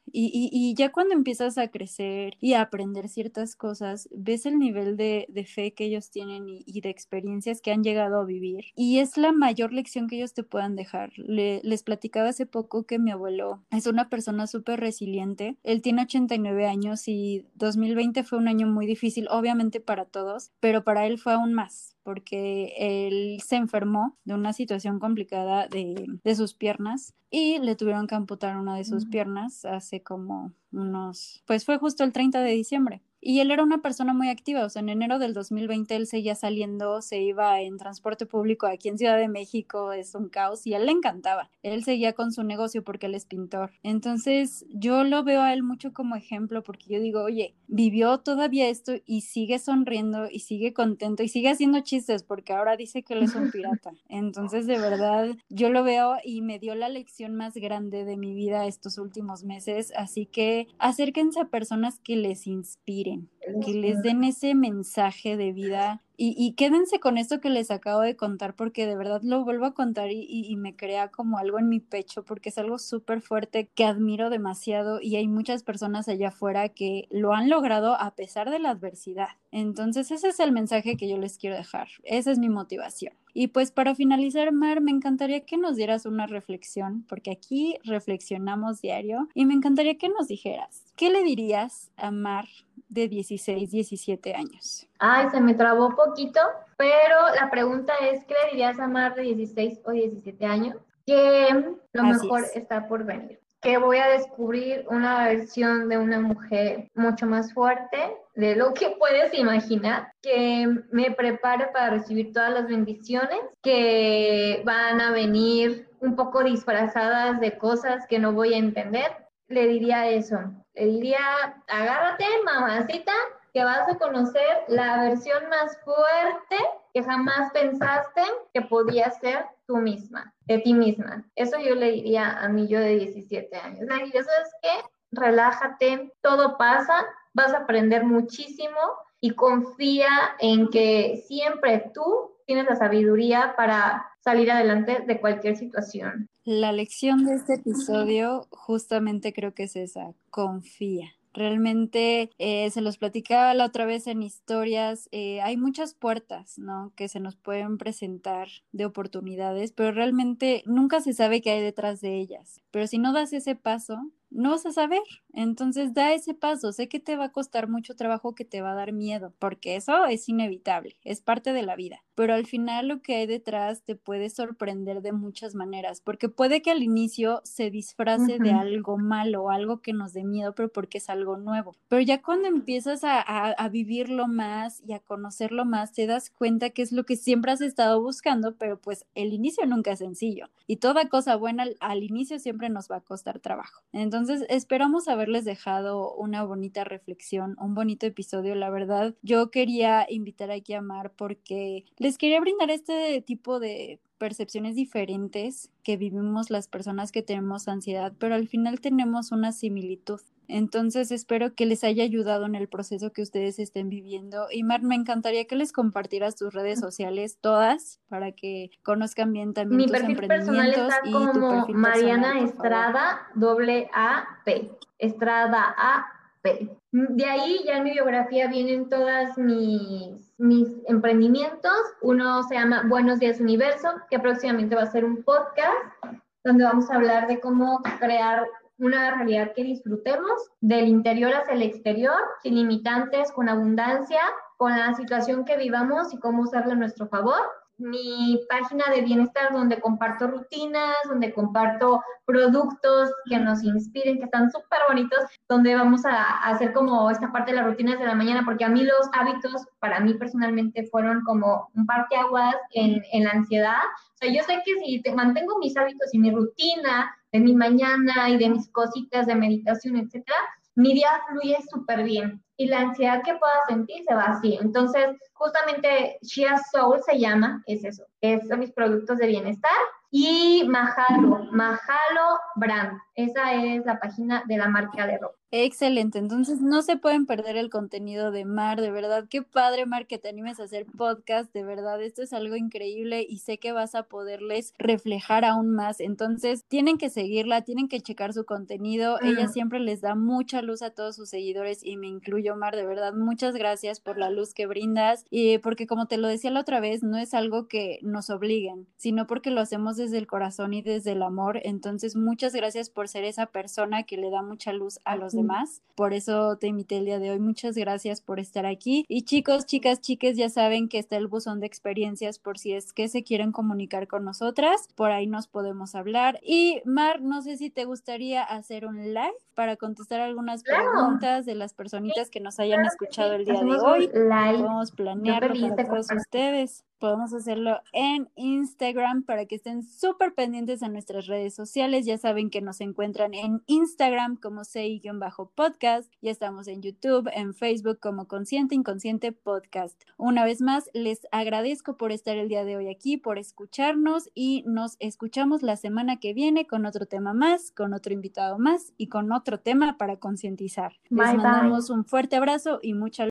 Y, y, y ya cuando empiezas a crecer y a aprender ciertas cosas, ves el nivel de, de fe que ellos tienen y, y de experiencias que han llegado a vivir. Y es la mayor lección que ellos te puedan dejar. Le, les platicaba hace poco que mi abuelo es una persona súper resiliente. Él tiene ochenta y nueve años y dos mil veinte fue un año muy difícil, obviamente para todos, pero para él fue aún más, porque él se enfermó de una situación complicada de, de sus piernas y le tuvieron que amputar una de sus piernas hace como unos, pues fue justo el treinta de diciembre. Y él era una persona muy activa, o sea, en enero del dos mil veinte él seguía saliendo, se iba en transporte público aquí en Ciudad de México, es un caos, y a él le encantaba. Él seguía con su negocio porque él es pintor. Entonces, yo lo veo a él mucho como ejemplo porque yo digo, oye, vivió todavía esto y sigue sonriendo y sigue contento y sigue haciendo chistes porque ahora dice que él es un pirata. Entonces, de verdad, yo lo veo y me dio la lección más grande de mi vida estos últimos meses, así que acérquense a personas que les inspiren, que les den ese mensaje de vida y, y quédense con esto que les acabo de contar porque de verdad lo vuelvo a contar y, y, y me crea como algo en mi pecho porque es algo súper fuerte que admiro demasiado y hay muchas personas allá afuera que lo han logrado a pesar de la adversidad. Entonces ese es el mensaje que yo les quiero dejar, esa es mi motivación. Y pues para finalizar, Mar, me encantaría que nos dieras una reflexión, porque aquí reflexionamos diario, y me encantaría que nos dijeras, ¿qué le dirías a Mar de dieciséis, diecisiete años? Ay, se me trabó poquito, pero la pregunta es, ¿qué le dirías a Mar de dieciséis o diecisiete años? Que lo Así mejor es. está por venir. Que voy a descubrir una versión de una mujer mucho más fuerte de lo que puedes imaginar, que me prepare para recibir todas las bendiciones que van a venir un poco disfrazadas de cosas que no voy a entender. Le diría eso, le diría, agárrate, mamacita, que vas a conocer la versión más fuerte que jamás pensaste que podía ser tú misma, de ti misma. Eso yo le diría a mí yo de diecisiete años. Le diría, ¿sabes qué? Relájate, todo pasa, vas a aprender muchísimo y confía en que siempre tú tienes la sabiduría para salir adelante de cualquier situación. La lección de este episodio justamente creo que es esa, confía. Realmente eh, se los platicaba la otra vez en historias, eh, hay muchas puertas, ¿no? Que se nos pueden presentar de oportunidades, pero realmente nunca se sabe qué hay detrás de ellas. Pero si no das ese paso, no vas a saber. Entonces da ese paso. Sé que te va a costar mucho trabajo, que te va a dar miedo, porque eso es inevitable, es parte de la vida. Pero al final lo que hay detrás te puede sorprender de muchas maneras, porque puede que al inicio se disfrace uh-huh. de algo malo, algo que nos dé miedo, pero porque es algo nuevo. Pero ya cuando empiezas a, a, a vivirlo más y a conocerlo más, te das cuenta que es lo que siempre has estado buscando, pero pues el inicio nunca es sencillo. Y toda cosa buena al, al inicio siempre nos va a costar trabajo. Entonces esperamos haberles dejado una bonita reflexión, un bonito episodio. La verdad, yo quería invitar aquí a Mar porque les quería brindar este tipo de percepciones diferentes que vivimos las personas que tenemos ansiedad, pero al final tenemos una similitud. Entonces espero que les haya ayudado en el proceso que ustedes estén viviendo. Y Mar, me encantaría que les compartieras tus redes sociales todas para que conozcan bien también Mi tus perfil personal emprendimientos está y tu como perfil Mariana personal, Estrada, doble A P, Estrada A P. De ahí ya en mi biografía vienen todas mis, mis emprendimientos. Uno se llama Buenos Días Universo, que próximamente va a ser un podcast donde vamos a hablar de cómo crear una realidad que disfrutemos del interior hacia el exterior, sin limitantes, con abundancia, con la situación que vivamos y cómo usarla a nuestro favor. Mi página de bienestar donde comparto rutinas, donde comparto productos que nos inspiren, que están súper bonitos, donde vamos a, a hacer como esta parte de las rutinas de la mañana, porque a mí los hábitos, para mí personalmente, fueron como un parteaguas en, en la ansiedad. O sea, yo sé que si te mantengo mis hábitos y mi rutina de mi mañana y de mis cositas de meditación, etcétera, mi día fluye súper bien y la ansiedad que pueda sentir se va así. Entonces, justamente Shea Soul se llama, es eso, es, son mis productos de bienestar. Y Mahalo, Mahalo Brand, esa es la página de la marca de ropa. Excelente, entonces no se pueden perder el contenido de Mar, de verdad, qué padre, Mar, que te animes a hacer podcast, de verdad, esto es algo increíble y sé que vas a poderles reflejar aún más, entonces tienen que seguirla, tienen que checar su contenido, mm. ella siempre les da mucha luz a todos sus seguidores y me incluyo, Mar, de verdad, muchas gracias por la luz que brindas y porque como te lo decía la otra vez, no es algo que nos obliguen, sino porque lo hacemos desde el corazón y desde el amor, entonces muchas gracias por ser esa persona que le da mucha luz a los demás. Por eso te invité el día de hoy. Muchas gracias por estar aquí. Y chicos, chicas, chiques, ya saben que está el buzón de experiencias por si es que se quieren comunicar con nosotras. Por ahí nos podemos hablar. Y Mar, no sé si te gustaría hacer un live para contestar algunas Claro. preguntas de las personitas que nos hayan Claro que escuchado sí. el día Hacemos de hoy. un live. Podemos Yo planearlo feliz para de todos compartir. ustedes. Podemos hacerlo en Instagram para que estén súper pendientes a nuestras redes sociales. Ya saben que nos encuentran en Instagram como sei-podcast. Ya estamos en YouTube, en Facebook como Consciente Inconsciente Podcast. Una vez más, les agradezco por estar el día de hoy aquí, por escucharnos y nos escuchamos la semana que viene con otro tema más, con otro invitado más y con otro tema para concientizar. Les Bye, mandamos bye. un fuerte abrazo y mucha